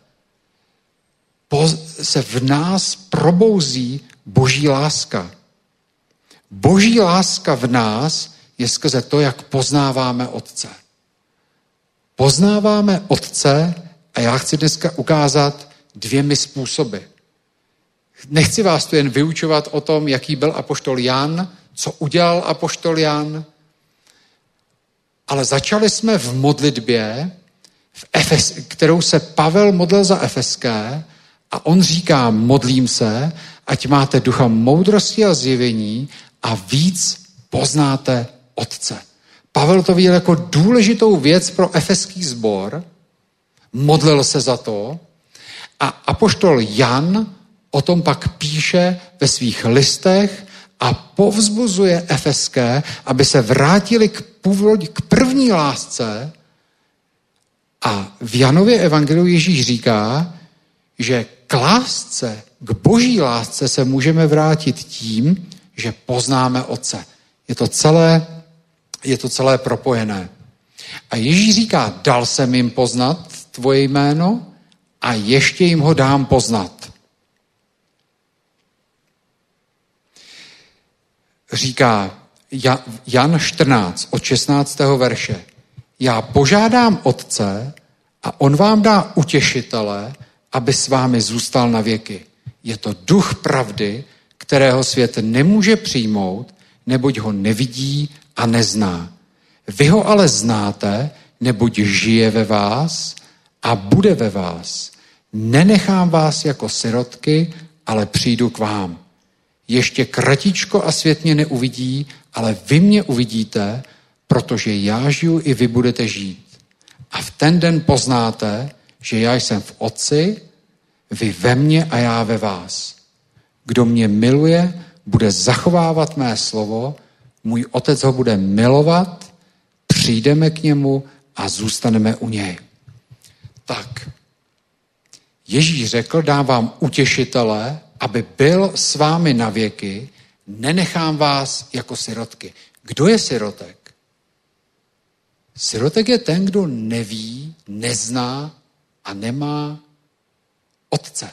[SPEAKER 2] se v nás probouzí Boží láska. Boží láska v nás je skrze to, jak poznáváme Otce. Poznáváme Otce a já chci dneska ukázat 2 způsoby. Nechci vás tu jen vyučovat o tom, jaký byl apoštol Jan, co udělal apoštol Jan, ale začali jsme v modlitbě, kterou se Pavel modlil za Efeské, a on říká, modlím se, ať máte ducha moudrosti a zjevení a víc poznáte Otce. Pavel to viděl jako důležitou věc pro efeský sbor, modlil se za to a apoštol Jan o tom pak píše ve svých listech a povzbuzuje Efeské, aby se vrátili k první lásce. A v Janově evangeliu Ježíš říká, že k lásce, k Boží lásce se můžeme vrátit tím, že poznáme Otce. Je to celé propojené. A Ježíš říká, dal jsem jim poznat tvoje jméno a ještě jim ho dám poznat. Říká Jan 14 od 16. verše. Já požádám Otce a on vám dá utěšitele, aby s vámi zůstal na věky. Je to duch pravdy, kterého svět nemůže přijmout, neboť ho nevidí a nezná. Vy ho ale znáte, neboť žije ve vás a bude ve vás. Nenechám vás jako sirotky, ale přijdu k vám. Ještě kratičko a svět mě neuvidí, ale vy mě uvidíte, protože já žiju i vy budete žít. A v ten den poznáte, že já jsem v Otci, vy ve mně a já ve vás. Kdo mě miluje, bude zachovávat mé slovo, můj Otec ho bude milovat, přijdeme k němu a zůstaneme u něj. Tak, Ježíš řekl, dám vám utěšitele, aby byl s vámi na věky, nenechám vás jako sirotky. Kdo je sirotek? Sirotek je ten, kdo neví, nezná a nemá Otce.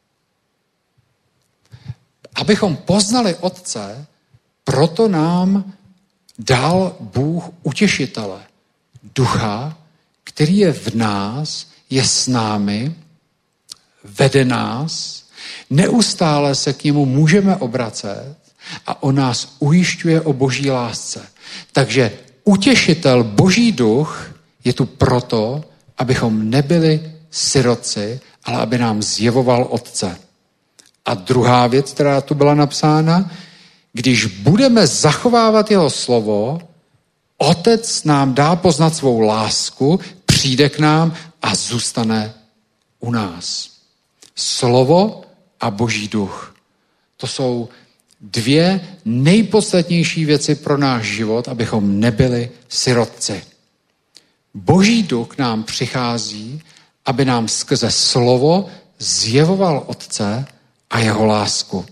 [SPEAKER 2] Abychom poznali Otce, proto nám dal Bůh utěšitele, ducha, který je v nás, je s námi, vede nás, neustále se k němu můžeme obracet a on nás ujišťuje o Boží lásce. Takže utěšitel, Boží duch, je tu proto, abychom nebyli sirotci, ale aby nám zjevoval Otce. A druhá věc, která tu byla napsána, když budeme zachovávat jeho slovo, Otec nám dá poznat svou lásku, přijde k nám a zůstane u nás. Slovo a Boží duch. To jsou 2 nejpodstatnější věci pro náš život, abychom nebyli sirotci. Boží duch nám přichází, aby nám skrze slovo zjevoval Otce a jeho lásku.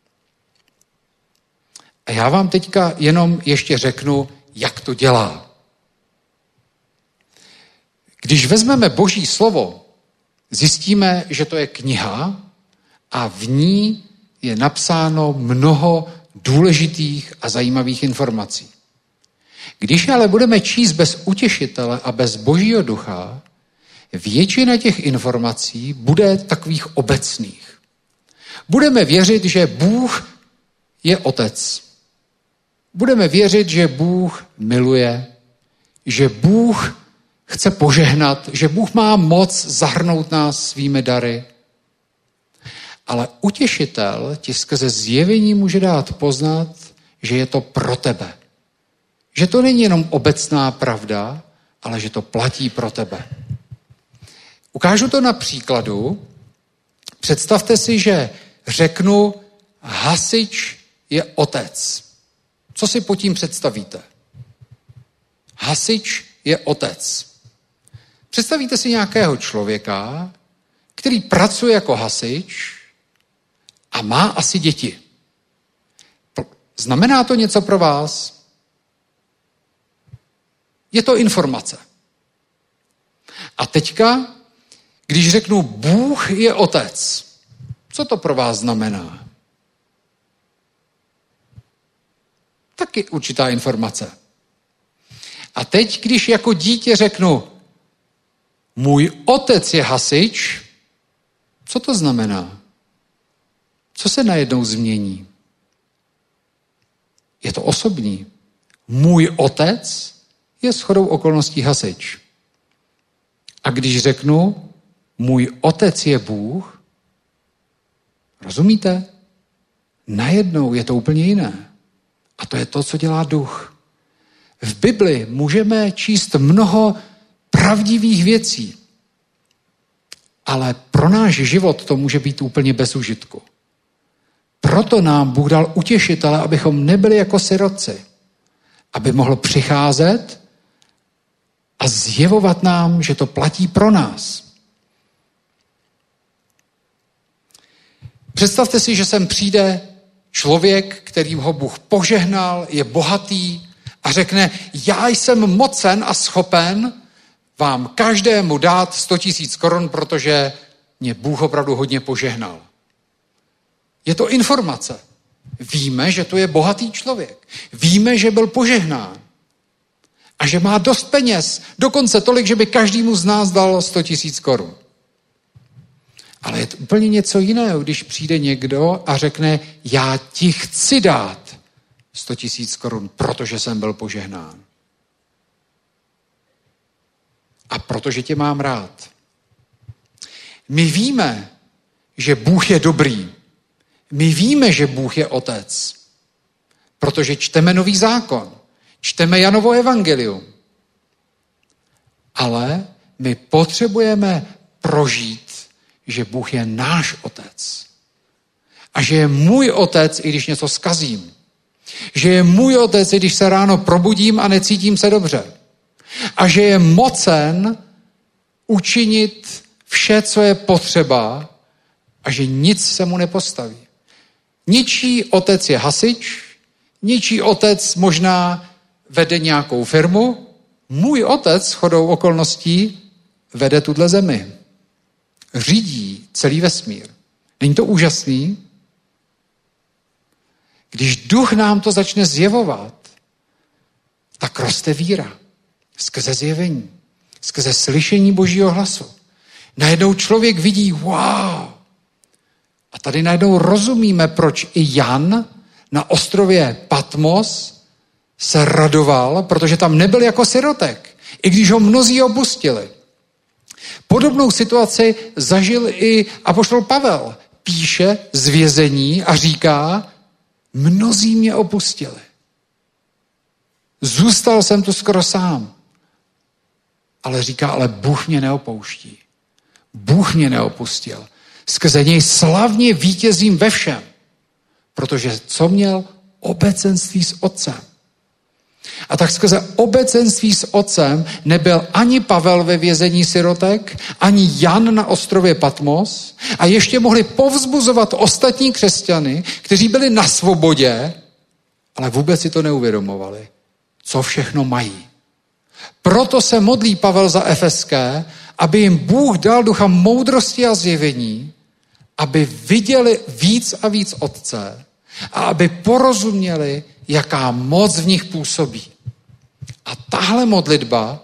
[SPEAKER 2] A já vám teďka jenom ještě řeknu, jak to dělá. Když vezmeme Boží slovo, zjistíme, že to je kniha a v ní je napsáno mnoho důležitých a zajímavých informací. Když ale budeme číst bez utěšitele a bez Božího ducha, většina těch informací bude takových obecných. Budeme věřit, že Bůh je otec. Budeme věřit, že Bůh miluje, že Bůh chce požehnat, že Bůh má moc zahrnout nás svými dary. Ale utěšitel ti skrze zjevení může dát poznat, že je to pro tebe. Že to není jenom obecná pravda, ale že to platí pro tebe. Ukážu to na příkladu. Představte si, že řeknu, hasič je otec. Co si pod tím představíte? Hasič je otec. Představíte si nějakého člověka, který pracuje jako hasič a má asi děti. Znamená to něco pro vás? Je to informace. A teďka, když řeknu, Bůh je otec, co to pro vás znamená? Taky určitá informace. A teď, když jako dítě řeknu, můj otec je hasič, co to znamená? Co se najednou změní? Je to osobní. Můj otec je shodou okolností hasič. A když řeknu, můj otec je Bůh, rozumíte? Najednou je to úplně jiné. A to je to, co dělá duch. V Bibli můžeme číst mnoho pravdivých věcí, ale pro náš život to může být úplně bez užitku. Proto nám Bůh dal utěšitele, abychom nebyli jako sirotci, aby mohl přicházet a zjevovat nám, že to platí pro nás. Představte si, že sem přijde člověk, který ho Bůh požehnal, je bohatý a řekne, já jsem mocen a schopen vám každému dát 100 000 korun, protože mě Bůh opravdu hodně požehnal. Je to informace. Víme, že to je bohatý člověk. Víme, že byl požehnán. A že má dost peněz. Dokonce tolik, že by každému z nás dal 100 000 korun. Ale je to úplně něco jiného, když přijde někdo a řekne, já ti chci dát 100 000 korun, protože jsem byl požehnán. A protože tě mám rád. My víme, že Bůh je dobrý. My víme, že Bůh je otec. Protože čteme Nový zákon. Čteme Janovo evangelium. Ale my potřebujeme prožít, že Bůh je náš otec. A že je můj otec, i když něco zkazím. Že je můj otec, i když se ráno probudím a necítím se dobře. A že je mocen učinit vše, co je potřeba a že nic se mu nepostaví. Ničí otec je hasič, ničí otec možná vede nějakou firmu, můj otec shodou okolností vede tuhle zemi. Řídí celý vesmír. Není to úžasný? Když duch nám to začne zjevovat, tak roste víra. Skrze zjevení. Skrze slyšení Božího hlasu. Najednou člověk vidí, wow. A tady najednou rozumíme, proč i Jan na ostrově Patmos se radoval, protože tam nebyl jako sirotek, i když ho mnozí opustili. Podobnou situaci zažil i apoštol Pavel. Píše z vězení a říká, mnozí mě opustili. Zůstal jsem tu skoro sám. Ale říká, ale Bůh mě neopouští. Bůh mě neopustil. Skrze něj slavně vítězím ve všem. Protože co měl? Obecenství s Otcem. A tak skrze obecenství s Otcem nebyl ani Pavel ve vězení sirotek, ani Jan na ostrově Patmos a ještě mohli povzbuzovat ostatní křesťany, kteří byli na svobodě, ale vůbec si to neuvědomovali, co všechno mají. Proto se modlí Pavel za Efeské, aby jim Bůh dal ducha moudrosti a zjevení, aby viděli víc a víc Otce a aby porozuměli, jaká moc v nich působí. A tahle modlitba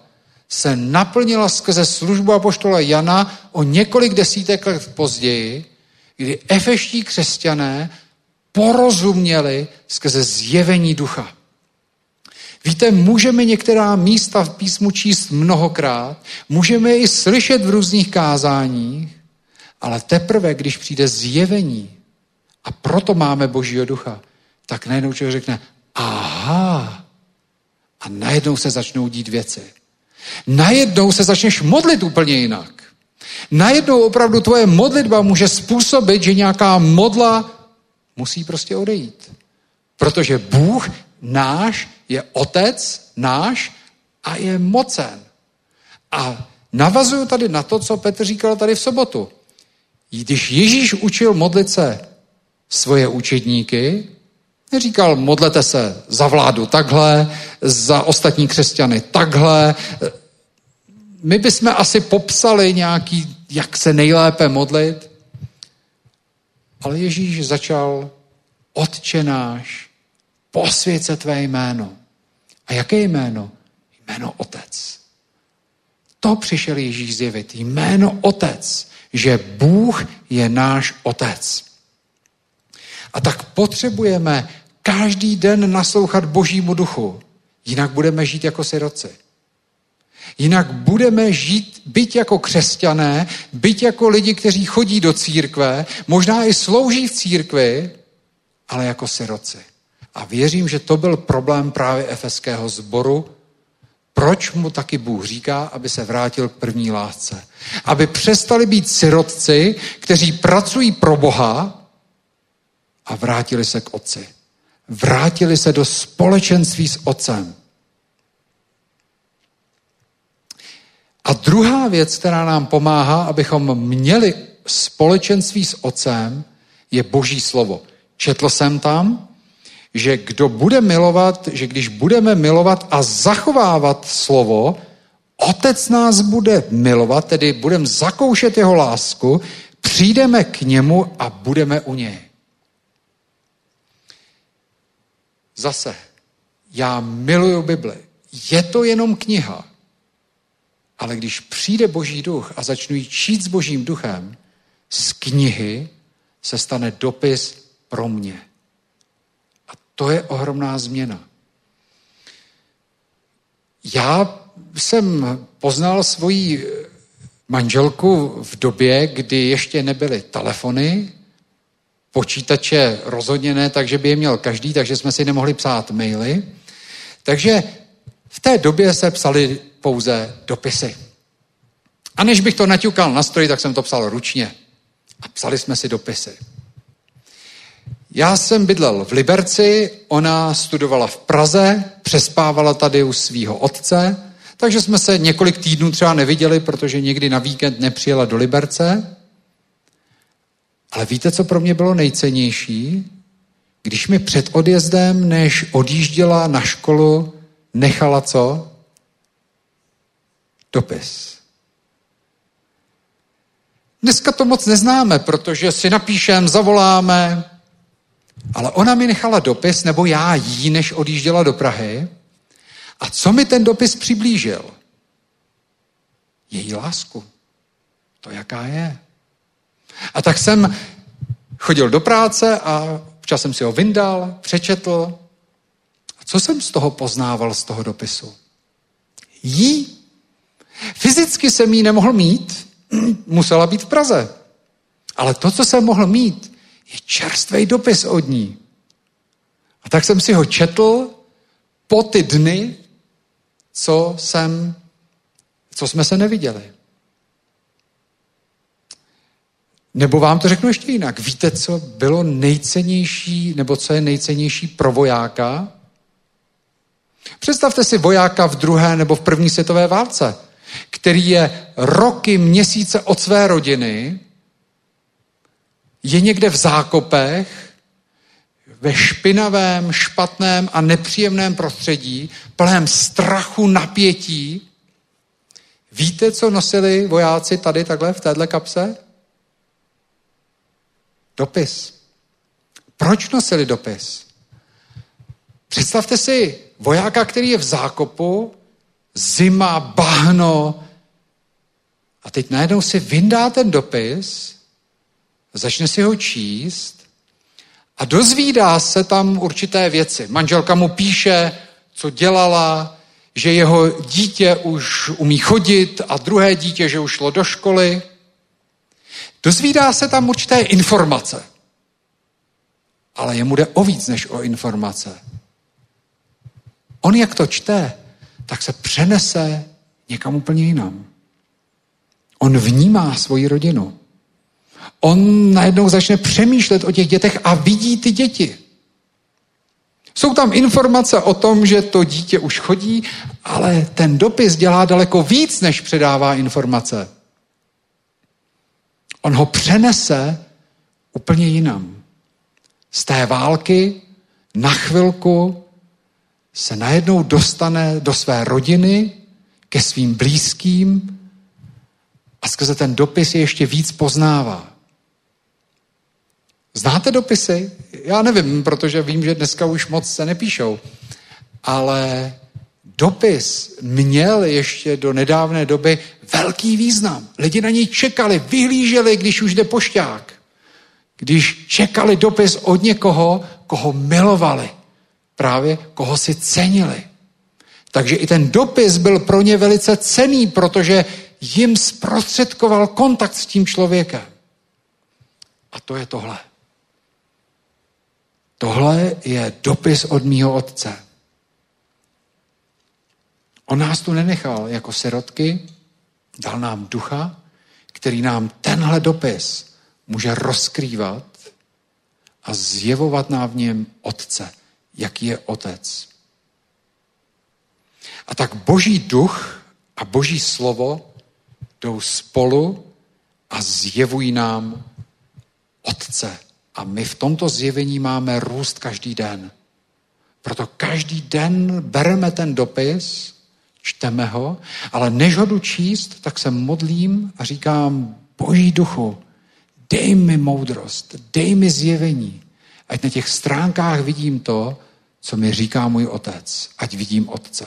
[SPEAKER 2] se naplnila skrze službu apoštola Jana o několik desítek let později, kdy efeští křesťané porozuměli skrze zjevení ducha. Víte, můžeme některá místa v písmu číst mnohokrát, můžeme je i slyšet v různých kázáních, ale teprve, když přijde zjevení, a proto máme Božího ducha, tak najednou člověk řekne, aha, a najednou se začnou dít věci. Najednou se začneš modlit úplně jinak. Najednou opravdu tvoje modlitba může způsobit, že nějaká modla musí prostě odejít. Protože Bůh náš je otec náš a je mocen. A navazuju tady na to, co Petr říkal tady v sobotu. Když Ježíš učil modlit se svoje učedníky, neříkal modlete se za vládu takhle, za ostatní křesťany takhle. My bychom asi popsali nějaký, jak se nejlépe modlit. Ale Ježíš začal Otče náš, posvěť se tvé jméno. A jaké jméno? Jméno Otec. To přišel Ježíš zjevit. Jméno Otec. Že Bůh je náš Otec. A tak potřebujeme každý den naslouchat Božímu duchu. Jinak budeme žít jako sirotci. Jinak budeme žít, byť jako křesťané, byť jako lidi, kteří chodí do církve, možná i slouží v církvi, ale jako sirotci. A věřím, že to byl problém právě efeského sboru. Proč mu taky Bůh říká, aby se vrátil k první lásce? Aby přestali být sirotci, kteří pracují pro Boha a vrátili se k Otci. Vrátili se do společenství s Otcem. A druhá věc, která nám pomáhá, abychom měli společenství s Otcem, je Boží slovo. Četl jsem tam, že kdo bude milovat, že když budeme milovat a zachovávat slovo, Otec nás bude milovat, tedy budeme zakoušet jeho lásku, přijdeme k němu a budeme u něj. Zase, já miluju Bibli. Je to jenom kniha. Ale když přijde Boží duch a začnu ji číst s Božím duchem, z knihy se stane dopis pro mě. A to je ohromná změna. Já jsem poznal svoji manželku v době, kdy ještě nebyly telefony, počítače rozhodně ne, takže by je měl každý, takže jsme si nemohli psát maily. Takže v té době se psali pouze dopisy. A než bych to naťukal na stroji, tak jsem to psal ručně. A psali jsme si dopisy. Já jsem bydlel v Liberci, ona studovala v Praze, přespávala tady u svého otce, takže jsme se několik týdnů třeba neviděli, protože někdy na víkend nepřijela do Liberce. Ale víte, co pro mě bylo nejcennější? Když mi před odjezdem, než odjížděla na školu, nechala co? Dopis. Dneska to moc neznáme, protože si napíšem, zavoláme, ale ona mi nechala dopis, nebo já jí, než odjížděla do Prahy. A co mi ten dopis přiblížil? Její lásku. To, jaká je. A tak jsem chodil do práce a včas jsem si ho vyndal, přečetl. A co jsem z toho poznával, z toho dopisu? Jí. Fyzicky jsem jí nemohl mít, musela být v Praze. Ale to, co jsem mohl mít, je čerstvý dopis od ní. A tak jsem si ho četl po ty dny, co jsme se neviděli. Nebo vám to řeknu ještě jinak. Víte, co bylo nejcennější, nebo co je nejcennější pro vojáka? Představte si vojáka v druhé nebo v první světové válce, který je roky, měsíce od své rodiny, je někde v zákopech, ve špinavém, špatném a nepříjemném prostředí, plném strachu, napětí. Víte, co nosili vojáci tady takhle v téhle kapse? Dopis. Proč nosili dopis? Představte si vojáka, který je v zákopu, zima, bahno. A teď najednou si vyndá ten dopis, začne si ho číst a dozvídá se tam určité věci. Manželka mu píše, co dělala, že jeho dítě už umí chodit a druhé dítě, že už šlo do školy. Dozvídá se tam určité informace. Ale jemu jde o víc než o informace. On jak to čte, tak se přenese někam úplně jinam. On vnímá svoji rodinu. On najednou začne přemýšlet o těch dětech a vidí ty děti. Jsou tam informace o tom, že to dítě už chodí, ale ten dopis dělá daleko víc, než předává informace. On ho přenese úplně jinam. Z té války na chvilku se najednou dostane do své rodiny, ke svým blízkým a skrze ten dopis je ještě víc poznává. Znáte dopisy? Já nevím, protože vím, že dneska už moc se nepíšou. Ale dopis měl ještě do nedávné doby velký význam. Lidi na něj čekali, vyhlíželi, když už jde pošťák. Když čekali dopis od někoho, koho milovali. Právě koho si cenili. Takže i ten dopis byl pro ně velice cenný, protože jim zprostředkoval kontakt s tím člověkem. A to je tohle. Tohle je dopis od mýho otce. On nás tu nenechal jako sirotky, dal nám ducha, který nám tenhle dopis může rozkrývat a zjevovat nám v něm otce, jaký je otec. A tak Boží duch a Boží slovo jdou spolu a zjevují nám otce. A my v tomto zjevení máme růst každý den. Proto každý den bereme ten dopis, čteme ho, ale než ho jdu číst, tak se modlím a říkám, Boží duchu, dej mi moudrost, dej mi zjevení. Ať na těch stránkách vidím to, co mi říká můj otec. Ať vidím otce.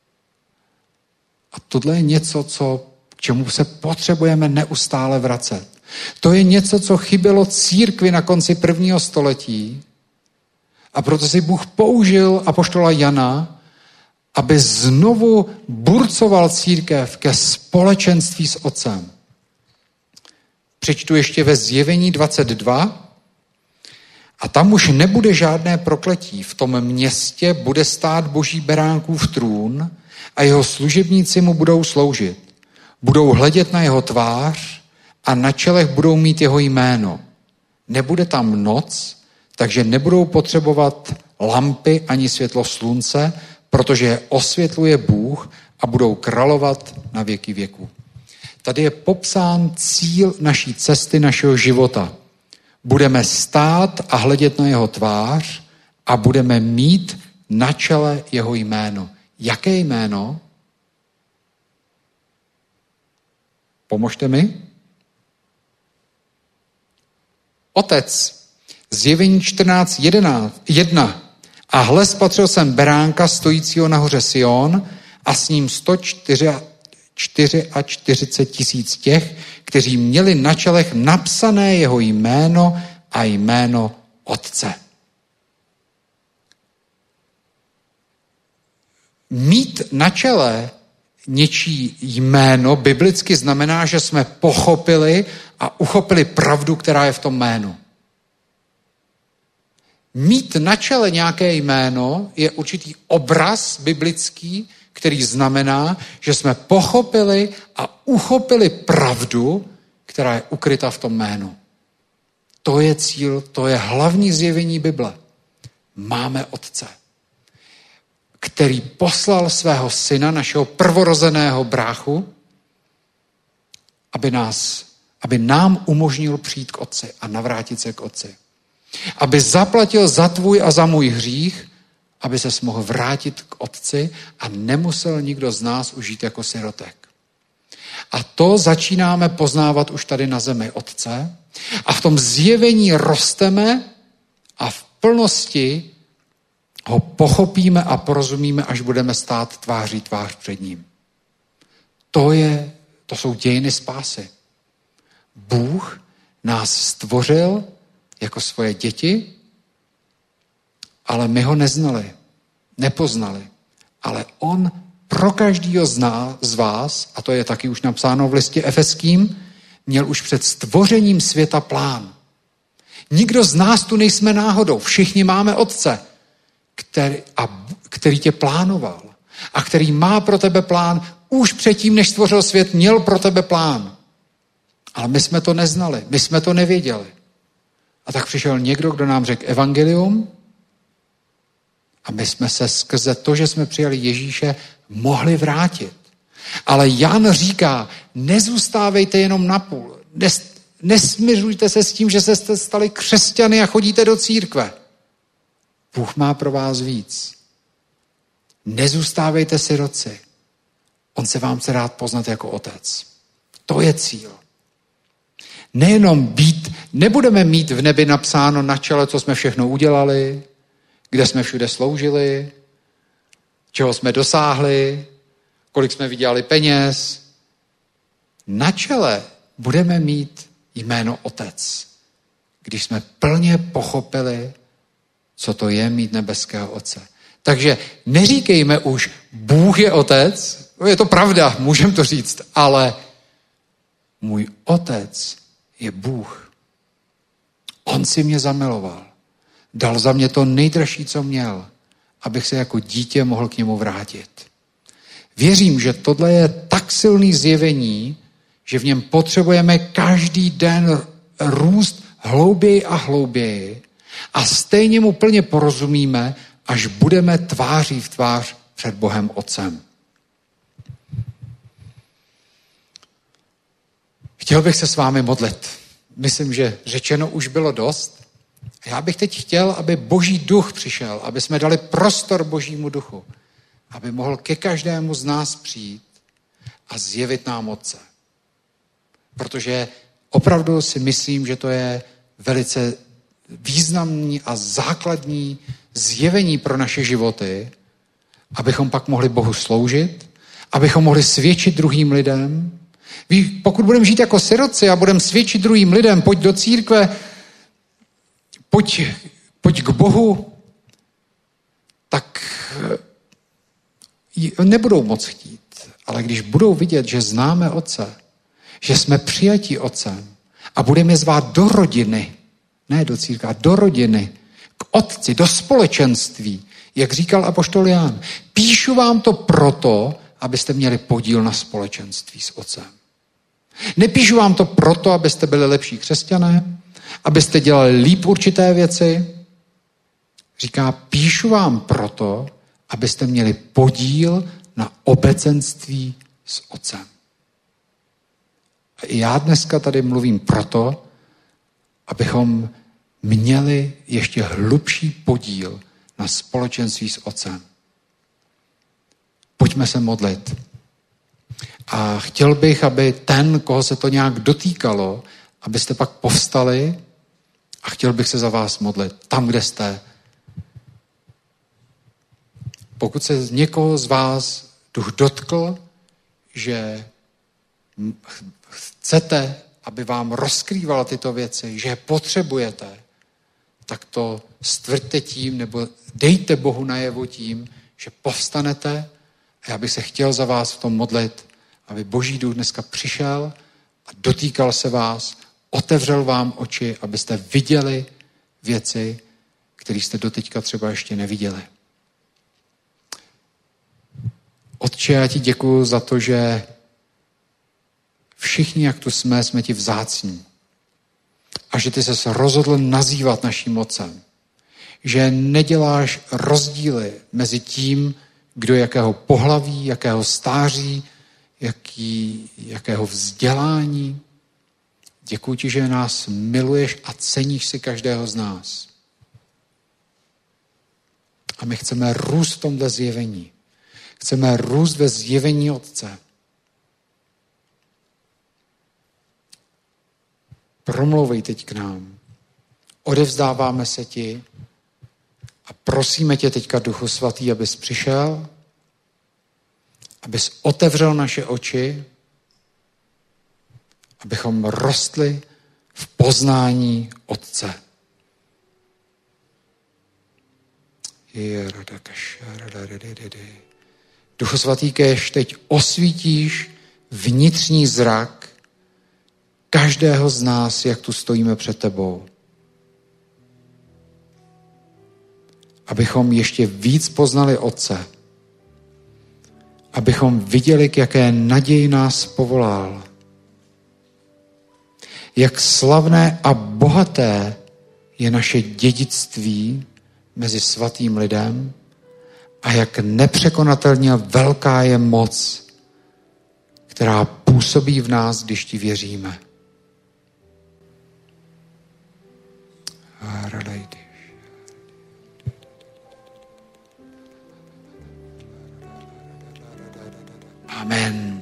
[SPEAKER 2] A tohle je něco, k čemu se potřebujeme neustále vracet. To je něco, co chybělo církvi na konci 1. století. A proto si Bůh použil apoštola Jana, aby znovu burcoval církev ke společenství s otcem. Přečtu ještě ve Zjevení 22. A tam už nebude žádné prokletí. V tom městě bude stát Boží beránkův trůn a jeho služebníci mu budou sloužit. Budou hledět na jeho tvář a na čelech budou mít jeho jméno. Nebude tam noc, takže nebudou potřebovat lampy ani světlo slunce, protože je osvětluje Bůh a budou královat na věky věků. Tady je popsán cíl naší cesty, našeho života. Budeme stát a hledět na jeho tvář a budeme mít na čele jeho jméno. Jaké jméno? Pomožte mi. Otec. Zjevení 14:1. A hle, spatřil jsem beránka stojícího nahoře Sion a s ním 144 tisíc těch, kteří měli na čelech napsané jeho jméno a jméno Otce. Mít na čele něčí jméno biblicky znamená, že jsme pochopili a uchopili pravdu, která je v tom jménu. Mít na čele nějaké jméno je určitý obraz biblický, který znamená, že jsme pochopili a uchopili pravdu, která je ukryta v tom jménu. To je cíl, to je hlavní zjevení Bible. Máme Otce, který poslal svého syna, našeho prvorozeného bráchu, aby nám umožnil přijít k Otci a navrátit se k Otci. Aby zaplatil za tvůj a za můj hřích, aby ses mohl vrátit k Otci a nemusel nikdo z nás užít jako sirotek. A to začínáme poznávat už tady na zemi Otce a v tom zjevení rosteme a v plnosti ho pochopíme a porozumíme, až budeme stát tváří tvář před ním. to jsou dějiny spásy. Bůh nás stvořil jako svoje děti, ale my ho neznali, nepoznali. Ale on pro každýho z vás, a to je taky už napsáno v listě Efeským, měl už před stvořením světa plán. Nikdo z nás tu nejsme náhodou. Všichni máme Otce, který tě plánoval a který má pro tebe plán. Už předtím, než stvořil svět, měl pro tebe plán. Ale my jsme to neznali, my jsme to nevěděli. A tak přišel někdo, kdo nám řekl evangelium a my jsme se skrze to, že jsme přijali Ježíše, mohli vrátit. Ale Jan říká, nezůstávejte jenom napůl. Nesmiřujte se s tím, že jste stali křesťany a chodíte do církve. Bůh má pro vás víc. Nezůstávejte siroci. On se vám chce rád poznat jako otec. To je cíl. Nejenom nebudeme mít v nebi napsáno na čele, co jsme všechno udělali, kde jsme všude sloužili, čeho jsme dosáhli, kolik jsme vydělali peněz. Na čele budeme mít jméno Otec, když jsme plně pochopili, co to je mít nebeského Otce. Takže neříkejme už, Bůh je Otec, je to pravda, můžeme to říct, ale můj Otec je Bůh. On si mě zamiloval. Dal za mě to nejdražší, co měl, abych se jako dítě mohl k němu vrátit. Věřím, že tohle je tak silný zjevení, že v něm potřebujeme každý den růst hlouběji a hlouběji a stejně mu plně porozumíme, až budeme tváří v tvář před Bohem Otcem. Chtěl bych se s vámi modlit. Myslím, že řečeno už bylo dost. Já bych teď chtěl, aby Boží duch přišel, aby jsme dali prostor Božímu duchu, aby mohl ke každému z nás přijít a zjevit nám Otce. Protože opravdu si myslím, že to je velice významný a základní zjevení pro naše životy, abychom pak mohli Bohu sloužit, abychom mohli svědčit druhým lidem. Pokud budeme žít jako siroci a budeme svědčit druhým lidem, pojď do církve, pojď k Bohu, tak nebudou moc chtít. Ale když budou vidět, že známe Otce, že jsme přijatí Otcem a budeme je zvát do rodiny, ne do církve, do rodiny, k Otci, do společenství, jak říkal apoštol Jan. Píšu vám to proto, abyste měli podíl na společenství s Otcem. Nepíšu vám to proto, abyste byli lepší křesťané, abyste dělali líp určité věci. Říká, píšu vám proto, abyste měli podíl na obecenství s Otcem. A i já dneska tady mluvím proto, abychom měli ještě hlubší podíl na společenství s Otcem. Pojďme se modlit. A chtěl bych, aby ten, koho se to nějak dotýkalo, abyste pak povstali a chtěl bych se za vás modlit tam, kde jste. Pokud se někoho z vás duch dotkl, že chcete, aby vám rozkrýval tyto věci, že je potřebujete, tak to stvrďte tím, nebo dejte Bohu najevo tím, že povstanete a já bych se chtěl za vás v tom modlit, aby Boží duch dneska přišel a dotýkal se vás, otevřel vám oči, abyste viděli věci, které jste doteďka třeba ještě neviděli. Otče, já ti děkuju za to, že všichni, jak tu jsme ti vzácní. A že ty ses rozhodl nazývat naším Otcem. Že neděláš rozdíly mezi tím, kdo jakého pohlaví, jakého stáří, jakého vzdělání. Děkuji ti, že nás miluješ a ceníš si každého z nás. A my chceme růst v tomhle zjevení. Chceme růst ve zjevení Otce. Promlouvej teď k nám. Odevzdáváme se ti a prosíme tě teďka, Duchu Svatý, abys přišel abys otevřel naše oči, abychom rostli v poznání Otce. Duchu svatý, kéž teď osvítíš vnitřní zrak každého z nás, jak tu stojíme před tebou. Abychom ještě víc poznali Otce. Abychom viděli, k jaké naději nás povolal. Jak slavné a bohaté je naše dědictví mezi svatým lidem a jak nepřekonatelně velká je moc, která působí v nás, když ti věříme. Amen.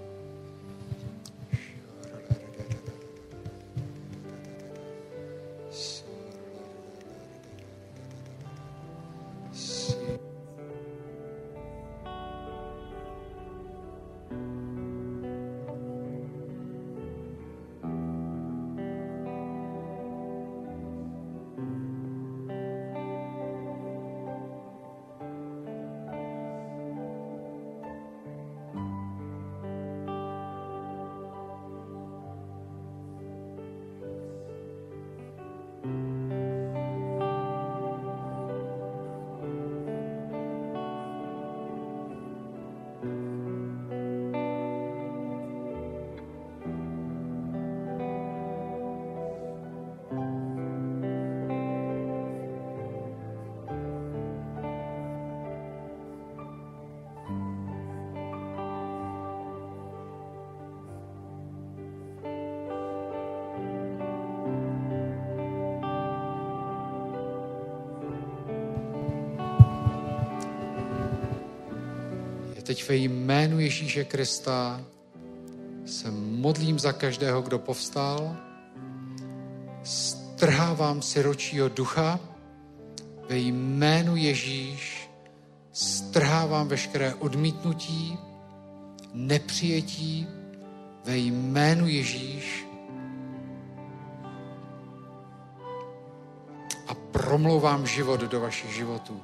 [SPEAKER 2] Teď ve jménu Ježíše Krista se modlím za každého, kdo povstal. Strhávám siročího ducha. Ve jménu Ježíš strhávám veškeré odmítnutí, nepřijetí. Ve jménu Ježíš a promlouvám život do vašich životů.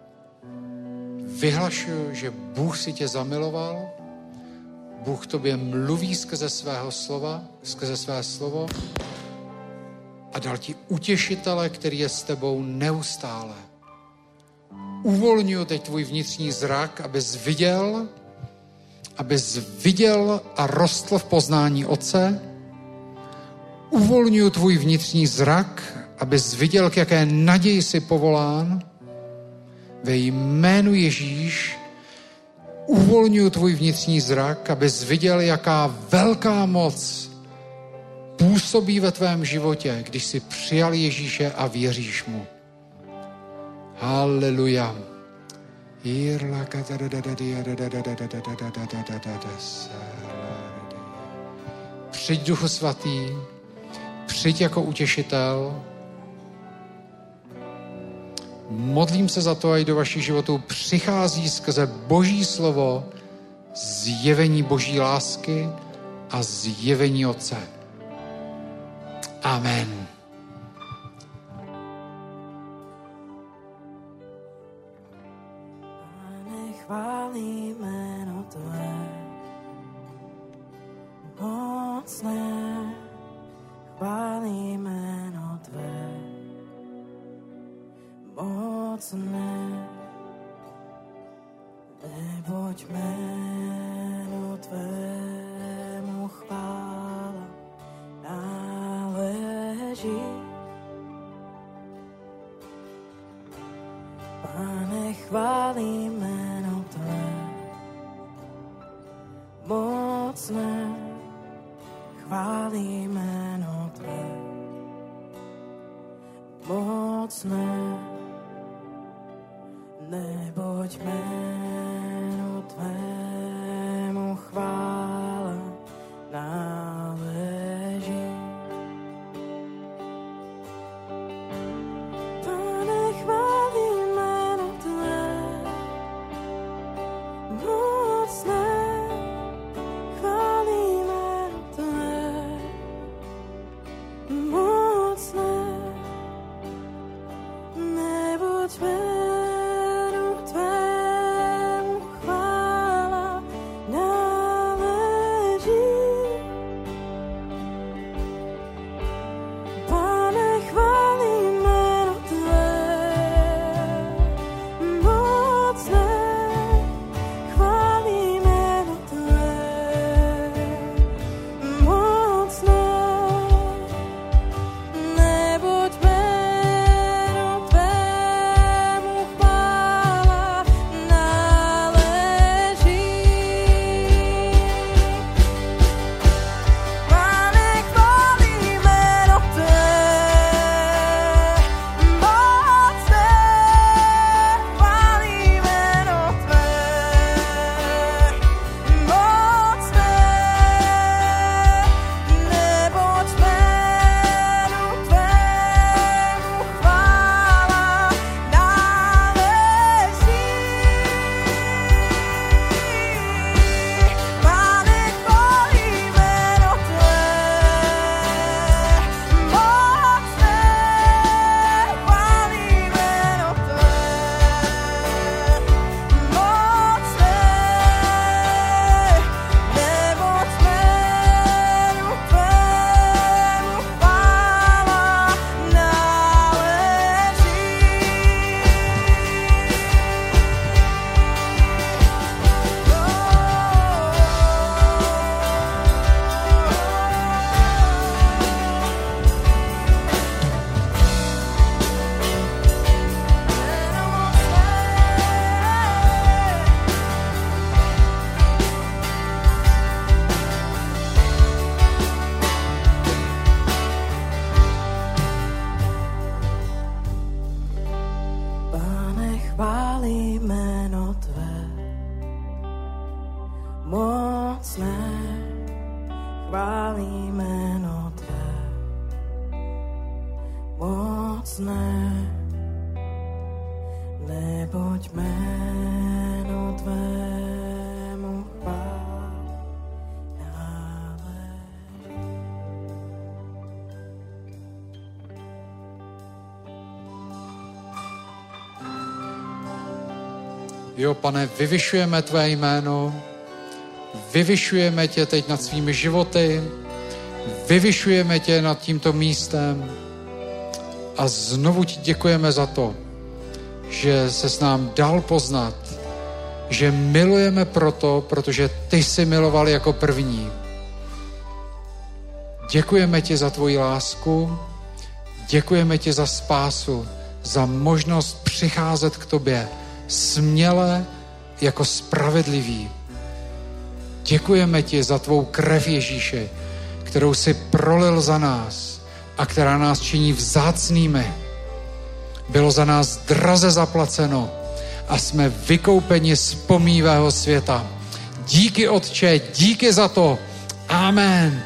[SPEAKER 2] Vyhlašuju, že Bůh si tě zamiloval, Bůh tobě mluví skrze svého slova, skrze své slovo a dal ti utěšitele, který je s tebou neustále. Uvolňuji teď tvůj vnitřní zrak, abys viděl a rostl v poznání Otce. Uvolňuji tvůj vnitřní zrak, abys viděl, k jaké naději jsi povolán. Ve jménu Ježíš uvolňuji tvůj vnitřní zrak, abys viděl, jaká velká moc působí ve tvém životě, když jsi přijal Ježíše a věříš mu. Haleluja. Přijď, Duchu svatý, přijď jako utěšitel. Modlím se za to, a i do vašich životů přichází skrze Boží slovo zjevení Boží lásky a zjevení Otce. Amen.
[SPEAKER 1] Pane, chválí jméno Tvé, mocné, chválí jméno Tvé, mocné, neboť jménu Tvému chvála náleží. Pane, chválí jméno Tvé, mocné, chválí jméno Tvé, mocné, neboť jménu Tvému chvála náleží. Pane, chválí jméno Tvé, mocné, mocné, chválí jméno tvé, mocné, neboť jméno tvému chvál náleží.
[SPEAKER 2] Jo, Pane, vyvyšujeme tvé jméno, vyvyšujeme tě teď nad svými životy, vyvyšujeme tě nad tímto místem a znovu ti děkujeme za to, že ses nám dal poznat, že milujeme proto, protože ty jsi miloval jako první. Děkujeme ti za tvoji lásku, děkujeme ti za spásu, za možnost přicházet k tobě směle jako spravedlivý. Děkujeme ti za tvou krev, Ježíši, kterou jsi prolil za nás a která nás činí vzácnými. Bylo za nás draze zaplaceno a jsme vykoupeni z pomývého světa. Díky, Otče, díky za to. Amen.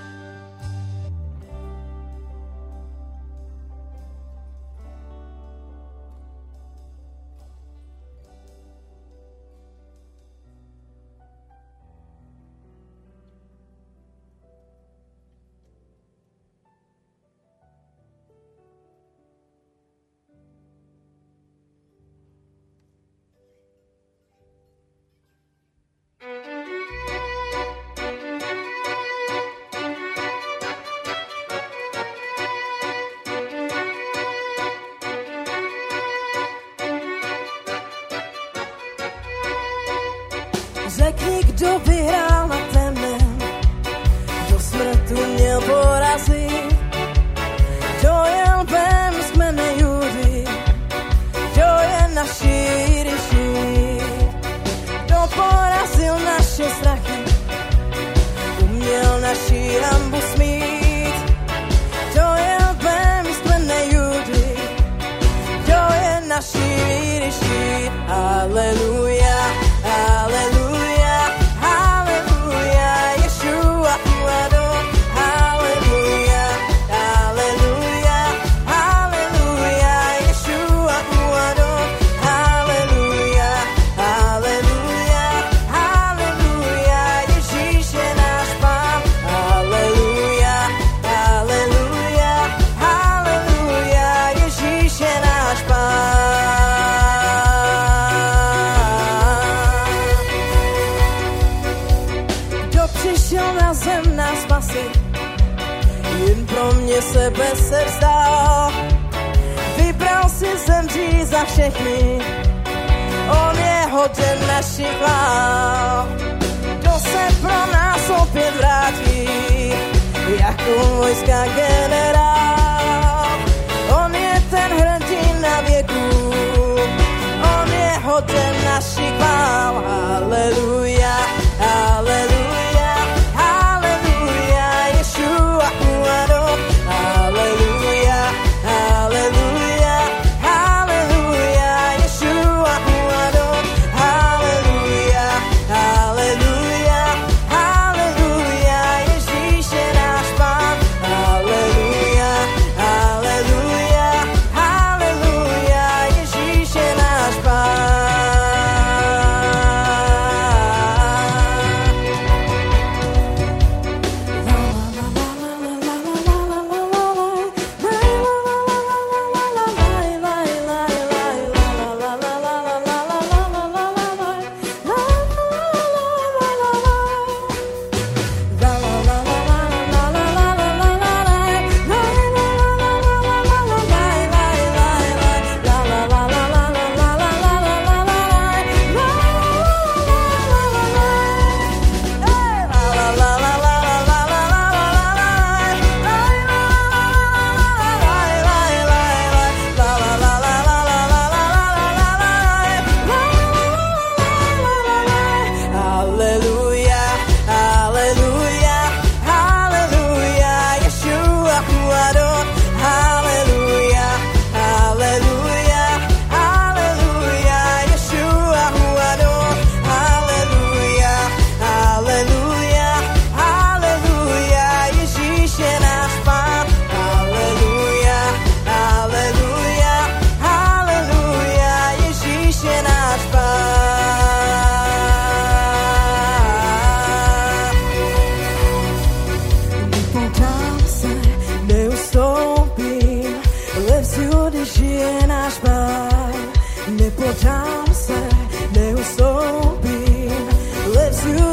[SPEAKER 1] Řekni, kdo vyhrál nad temnem, kdo smrtu měl porazit, kdo je lvem z kmene Judy, kdo je naší ryší, kdo porazil naše strachy, uměl naší hanbu smít, kdo je lvem z kmene Judy, kdo je naší ryší. Aleluja, aleluja. Sebe se vzdal, vybral si zemřít za všechny, on je hoden našich chvál. Kdo se pro nás opět vrátí, jako vojska generál, on je ten hrdina věků, on je hoden našich chvál. Aleluja, aleluja. Hallelujah.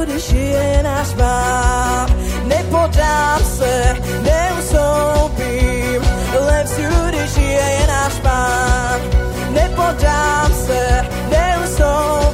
[SPEAKER 1] všude žije náš Pán. Nepodám se, neustoupím, len všude žije náš Pán. Nepodám se, neustoupím,